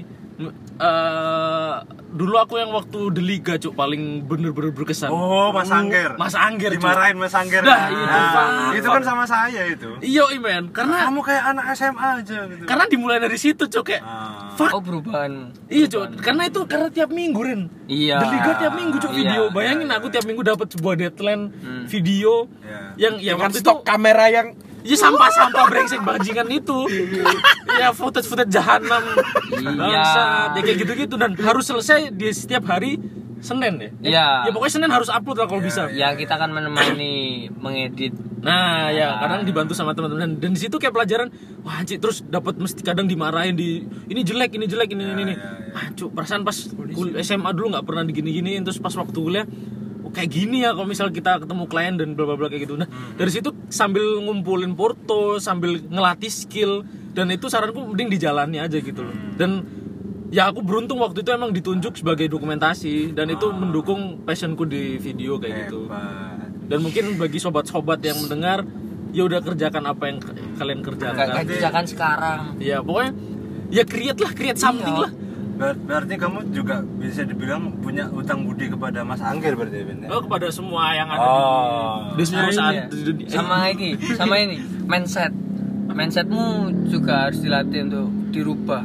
eh dulu aku yang waktu The Liga cuk paling bener-bener berkesan. Oh, Mas Angger. Mas Angger, Cuk. Dimarahin Mas Angger. Dah, itu, Pak. itu kan sama saya itu. Iya, men, karena Kamu kayak anak S M A aja gitu. karena dimulai dari situ cuk kayak Ah. fuck. Oh perubahan. Iya cuk, karena itu karena tiap minggu Ren. Iya. The Liga tiap minggu cuk Iya, video. iya, Bayangin aku tiap minggu dapat sebuah deadline video Iya. yang ya Dengan waktu itu stok kamera yang ya sampah-sampah brengsek bajingan itu. Ya footage-footage jahanam. Bangsat, ya kayak gitu-gitu dan harus selesai di setiap hari Senin ya. Iya. Ya pokoknya Senin harus upload lah kalau bisa. Ya kita kan menemani mengedit. Nah, ya kadang dibantu sama teman-teman dan di situ kayak pelajaran, wah anjir terus dapat mesti kadang dimarahin di ini jelek, ini jelek, ini ini ini. Ah, cuk, perasaan pas kul- S M A dulu nggak pernah digini-giniin terus pas waktu kuliah oh, kayak gini ya kalau misal kita ketemu klien dan bla bla bla kayak gitu. Nah, dari situ sambil ngumpulin foto, sambil ngelatih skill dan itu saranku mending dijalani aja gitu loh. Dan ya aku beruntung waktu itu emang ditunjuk sebagai dokumentasi dan itu mendukung passionku di video kayak gitu. Hebat. Dan mungkin bagi sobat-sobat yang mendengar, ya udah kerjakan apa yang ke- kalian kerjakan. Kayak kerjakan sekarang. Ya pokoknya ya create lah, create something Iya. lah. Ber- Berarti kamu juga bisa dibilang punya utang budi kepada Mas Angger berarti Ben, ya? Oh, kepada semua yang ada Oh. di, di seluruh saat Iya. di dunia. Sama ini, sama ini, mindset. Mindsetmu juga harus dilatih untuk dirubah.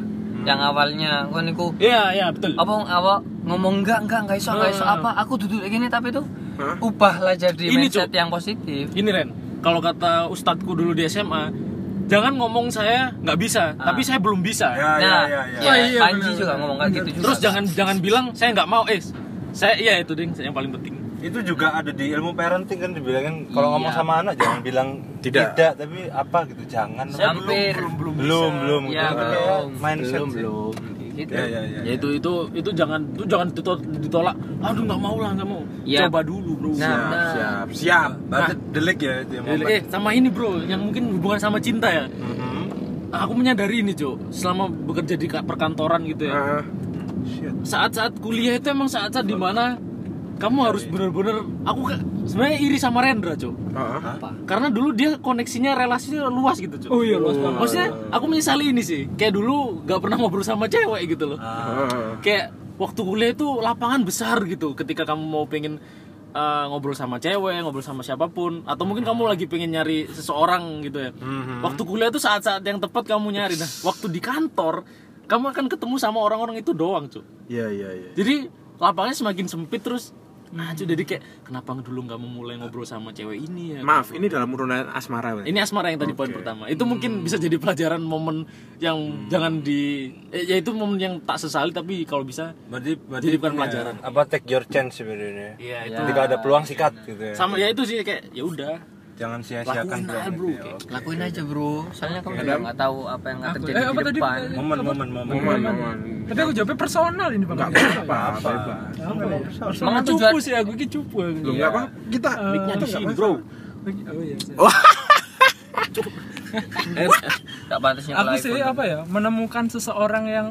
Yang awalnya kan niku Iya, iya betul. apa awak ngomong enggak enggak enggak iso enggak iso Hmm. apa aku duduk kayak gini tapi tuh Hah? ubahlah jadi Ini, mindset Cuk. yang positif. Gini Ren, kalau kata ustadku dulu di S M A, jangan ngomong saya nggak bisa, Ah. tapi saya belum bisa. Ya, ya, Nah, ya, ya. ya, Oh, iya, Panji benar, juga benar. ngomong kayak gitu juga. Terus jangan jangan bilang saya nggak mau, eh saya iya itu ding yang paling penting. Itu juga ada di ilmu parenting kan dibilangin kalau Iya. ngomong sama anak jangan bilang Tidak. tidak, tapi apa gitu jangan. Hampir. belum belum belum belum. Ya, Gitu. belum. Kayak mindset belum sih. belum gitu. Ya ya ya. Ya itu itu itu jangan itu jangan ditol- ditolak. Aduh nggak mau lah nggak mau. Iya. Coba dulu bro. Nah, Siap, nah. siap, siap. Berarti delik ya itu yang Eh sama ini bro, yang mungkin hubungan sama cinta ya. Mhm. Aku menyadari ini Cok, selama bekerja di ka- perkantoran gitu ya. Ah, Saat-saat kuliah itu emang saat-saat dimana kamu harus bener-bener. Aku ka- sebenarnya iri sama Rendra Cok. ah. Apa? Karena dulu dia koneksinya relasinya luas gitu Cok. Oh iya, luas banget. Maksudnya aku menyesali ini sih. Kayak dulu gak pernah ngobrol sama cewek gitu loh. Ah. Kayak waktu kuliah itu lapangan besar gitu. Ketika kamu mau pengen uh, ngobrol sama cewek, ngobrol sama siapapun, atau mungkin kamu lagi pengen nyari seseorang gitu ya. Waktu kuliah itu saat-saat yang tepat kamu nyari. Nah, waktu di kantor kamu akan ketemu sama orang-orang itu doang, Cuk. Iya, iya, iya. Jadi lapangannya semakin sempit terus. Nah, Cuk, jadi kayak kenapa dulu nggak memulai ngobrol sama cewek ini ya? Maaf, ini dalam urunan asmara. Bang. Ini asmara yang tadi poin pertama. Itu mungkin bisa jadi pelajaran momen yang jangan di eh, ya itu momen yang tak sesali tapi kalau bisa Berarti berarti Jadi bukan punya pelajaran. Apa take your chance sebenarnya. Iya, itu. Ketika ada peluang sikat gitu ya. sama ya itu sih kayak ya udah. Jangan sia-siakan Lakuin peluang aja, bro. itu ya. Kayak Lakuin aja bro, soalnya kamu Adam. juga nggak tahu apa yang akan Aku- terjadi eh, apa di tadi? depan. Momen momen momen. Momen, momen. Tapi aku jawabnya personal ini Bang. Enggak apa-apa, bebas. Semangat Cupu tujuan. sih aku iki cupu. aku. Lu enggak apa? Kita Mic-nya di kita sini, nggak bro. Oh iya. saya. Tak pantasnya Aku kalau sih iPhone. apa ya, menemukan seseorang yang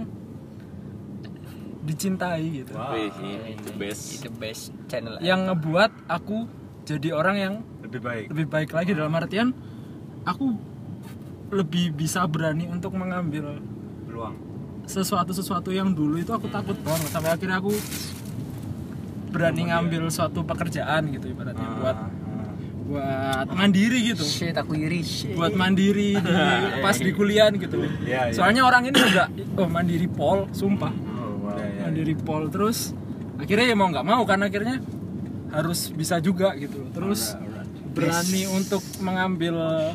dicintai gitu. Wih, the best. Itu best channel. Yang ngebuat aku jadi orang yang Lebih baik. lebih baik lagi dalam artian aku lebih bisa berani untuk mengambil Peluang. sesuatu-sesuatu yang dulu itu aku takut banget sampai akhirnya aku berani ngambil suatu pekerjaan gitu ibaratnya buat buat mandiri gitu Shit, aku iri. Shit. buat mandiri di, pas di kuliah gitu Iya, iya. soalnya orang ini juga oh mandiri pol sumpah Ya, ya. mandiri pol terus akhirnya ya mau nggak mau kan akhirnya harus bisa juga gitu terus berani untuk mengambil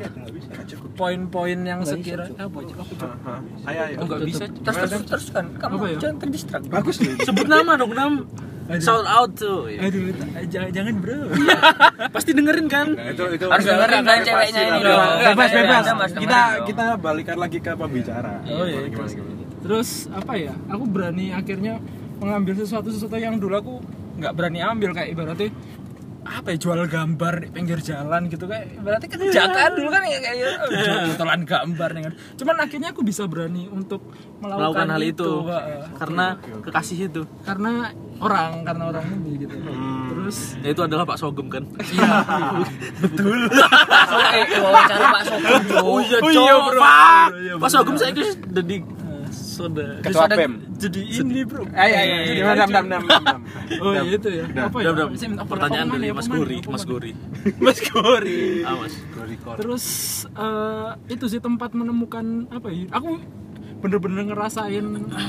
poin-poin yang sekira apa aja aku coba Ayo, ayo. Oh, nggak bisa. Terus terus terus kan kamu Apa ya? jangan terdistrak. Bagus nih. Sebut nama dong, Nam. Shout out tuh. aduh ta- jangan jangan bro Pasti dengerin kan? Nah, itu itu Harus dengerin kan ceweknya ini loh. Bebas, Cewek bebas. Anda harus Kita dengerin dong. kita balikan lagi ke pembicara. oh iya terus, terus apa ya aku berani akhirnya mengambil sesuatu sesuatu yang dulu aku nggak berani ambil kayak ibaratnya apa ya jual gambar di pinggir jalan gitu kayak berarti kan kejahatan dulu kan ya kayak ya, oh, jual botolan gambar nih kan cuman akhirnya aku bisa berani untuk melakukan, Melakukan hal itu. Wah, Karena kekasih itu. karena orang karena orang ini gitu terus Ya itu adalah Pak Sogem kan? iya betul Soalnya eh eh, wawancara Pak Sogem bro. Oh iya, Oh iya, Cok, bro. Pak. Iya, Pak Sogem saya itu jadi soda. Ketua ada- P E M. jadi ini bro Ayo, ayo, ayo. Gimana, dam, dam, dam, dam. oh iya itu ya apa ya Udah, udah. Saya minta Pertanyaan apa dari mana, Mas apa mana, Guri, apa Mas mana? Guri. Mas Gori Ah, Mas. terus eh, itu sih tempat menemukan apa ya aku bener-bener ngerasain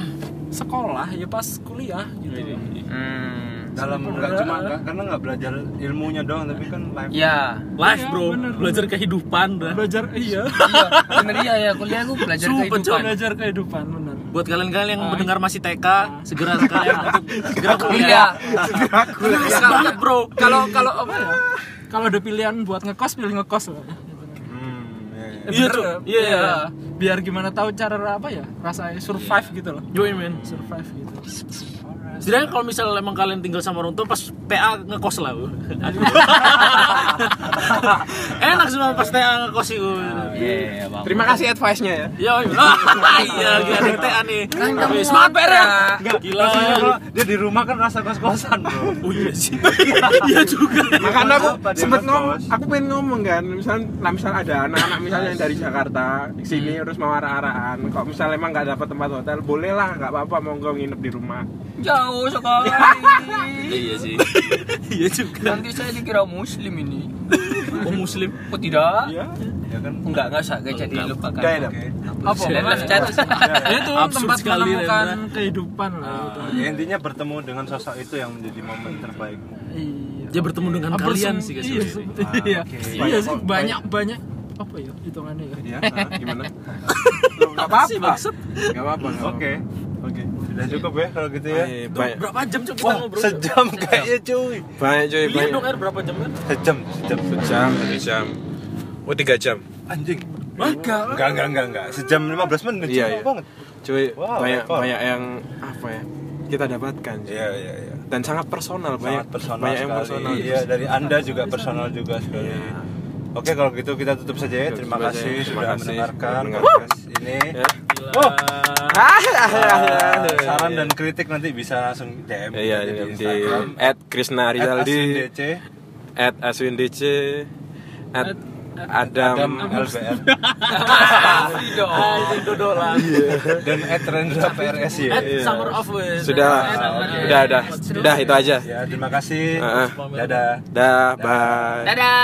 sekolah ya pas kuliah gitu Hmm. dalam nggak cuma nggak- karena nggak belajar ilmunya doang tapi kan life. Ya. Live, Iya, Bro. bener. Belajar kehidupan dah. belajar iya Iya, bener iya ya kuliah aku belajar Sumpah, kehidupan. belajar kehidupan bener Buat kalian-kalian yang Ah. mendengar masih T K, segera sekalian untuk segera Kuliah. kuliah. Keras banget, Bro. kalau kalau apa ya kalau ada pilihan buat ngekos pilih ngekos lah Hmm, ya, ya. Iya, Bener, Cuk. iya, Iya. biar gimana tahu cara apa ya rasanya survive gitu loh Yoi, men. survive gitu Setidaknya kalau misalnya emang kalian tinggal sama orang tua pas T A ngekos lah. Bu. Enak semua pas T A ngekos itu. Iya, Bang. Terima kasih advice-nya ya. Iya, iya, lagi ada T A nih. Wih, semangat P R ya. Gila. Maksudnya kalau dia di rumah kan rasa kos-kosan bro. Oh iya sih. Iya juga. Makanya aku Apa dia sempet ngekos? ngomong, aku pengen ngomong kan, misal, nah misal ada anak-anak misalnya yang dari Jakarta ke sini terus mau arah-arahan, kok misalnya emang nggak dapat tempat hotel, boleh lah, nggak apa-apa, monggo nginep di rumah. Jauh sekali. Iya sih. Iya juga. Nanti saya dikira muslim ini. Oh, muslim. Oh tidak. Iya. Ya kan. Enggak, enggak usah, enggak jadi lupakan. Enggak ya, Oke. Apa? Dan live chat. Itu Absurd tempat sekali, menemukan Rendra. kehidupan lah Ah, itu. ya, intinya bertemu dengan sosok itu yang menjadi momen terbaik. Iya. Dia bertemu dengan Apa kalian sih? sih guys. Iya, sih. Iya. oke. Iya sih banyak banyak apa ya hitungannya ya. Iya, nah, gimana? Apa sih maksud? Gak apa-apa. nggak Oke. apa-apa. Oke. Sudah cukup ya kalau gitu ya. Ay, Tuh, banyak, berapa jam coba kita Wah, ngobrol? sejam kayaknya cuy. banyak cuy, Lihat banyak. dong air berapa jam kan? Sejam, sejam. Sejam, satu jam. Oh, tiga jam. Anjing. Enggak. Enggak, enggak, enggak, enggak. Sejam lima belas menit. Iya, Cuma iya. banget. Cuy, Wow, banyak wow. banyak yang apa ya? Kita dapatkan. cuy. Iya, iya, iya. Dan sangat personal, banyak Sangat personal banyak yang sekali. personal. Iya, dari Anda juga personal juga sekali. Iya. Oke, kalau gitu kita tutup saja ya. Tutup Terima saja. kasih Terima sudah kasih mendengarkan sudah podcast ini. Ya. Oh, Ah, saran dan kritik nanti bisa langsung D M Iya, aja di, di Instagram. at Krisna at Aswin Rizaldi, D C, at Aswin D C, at Adam, Adam L B R, Anjing dodolan. dan at Rendra P R S ya. At Summer of West. Sudah, Oke. udah, udah, udah itu aja. Ya, terima kasih. Heeh. Dadah. Dah, bye. Dadah.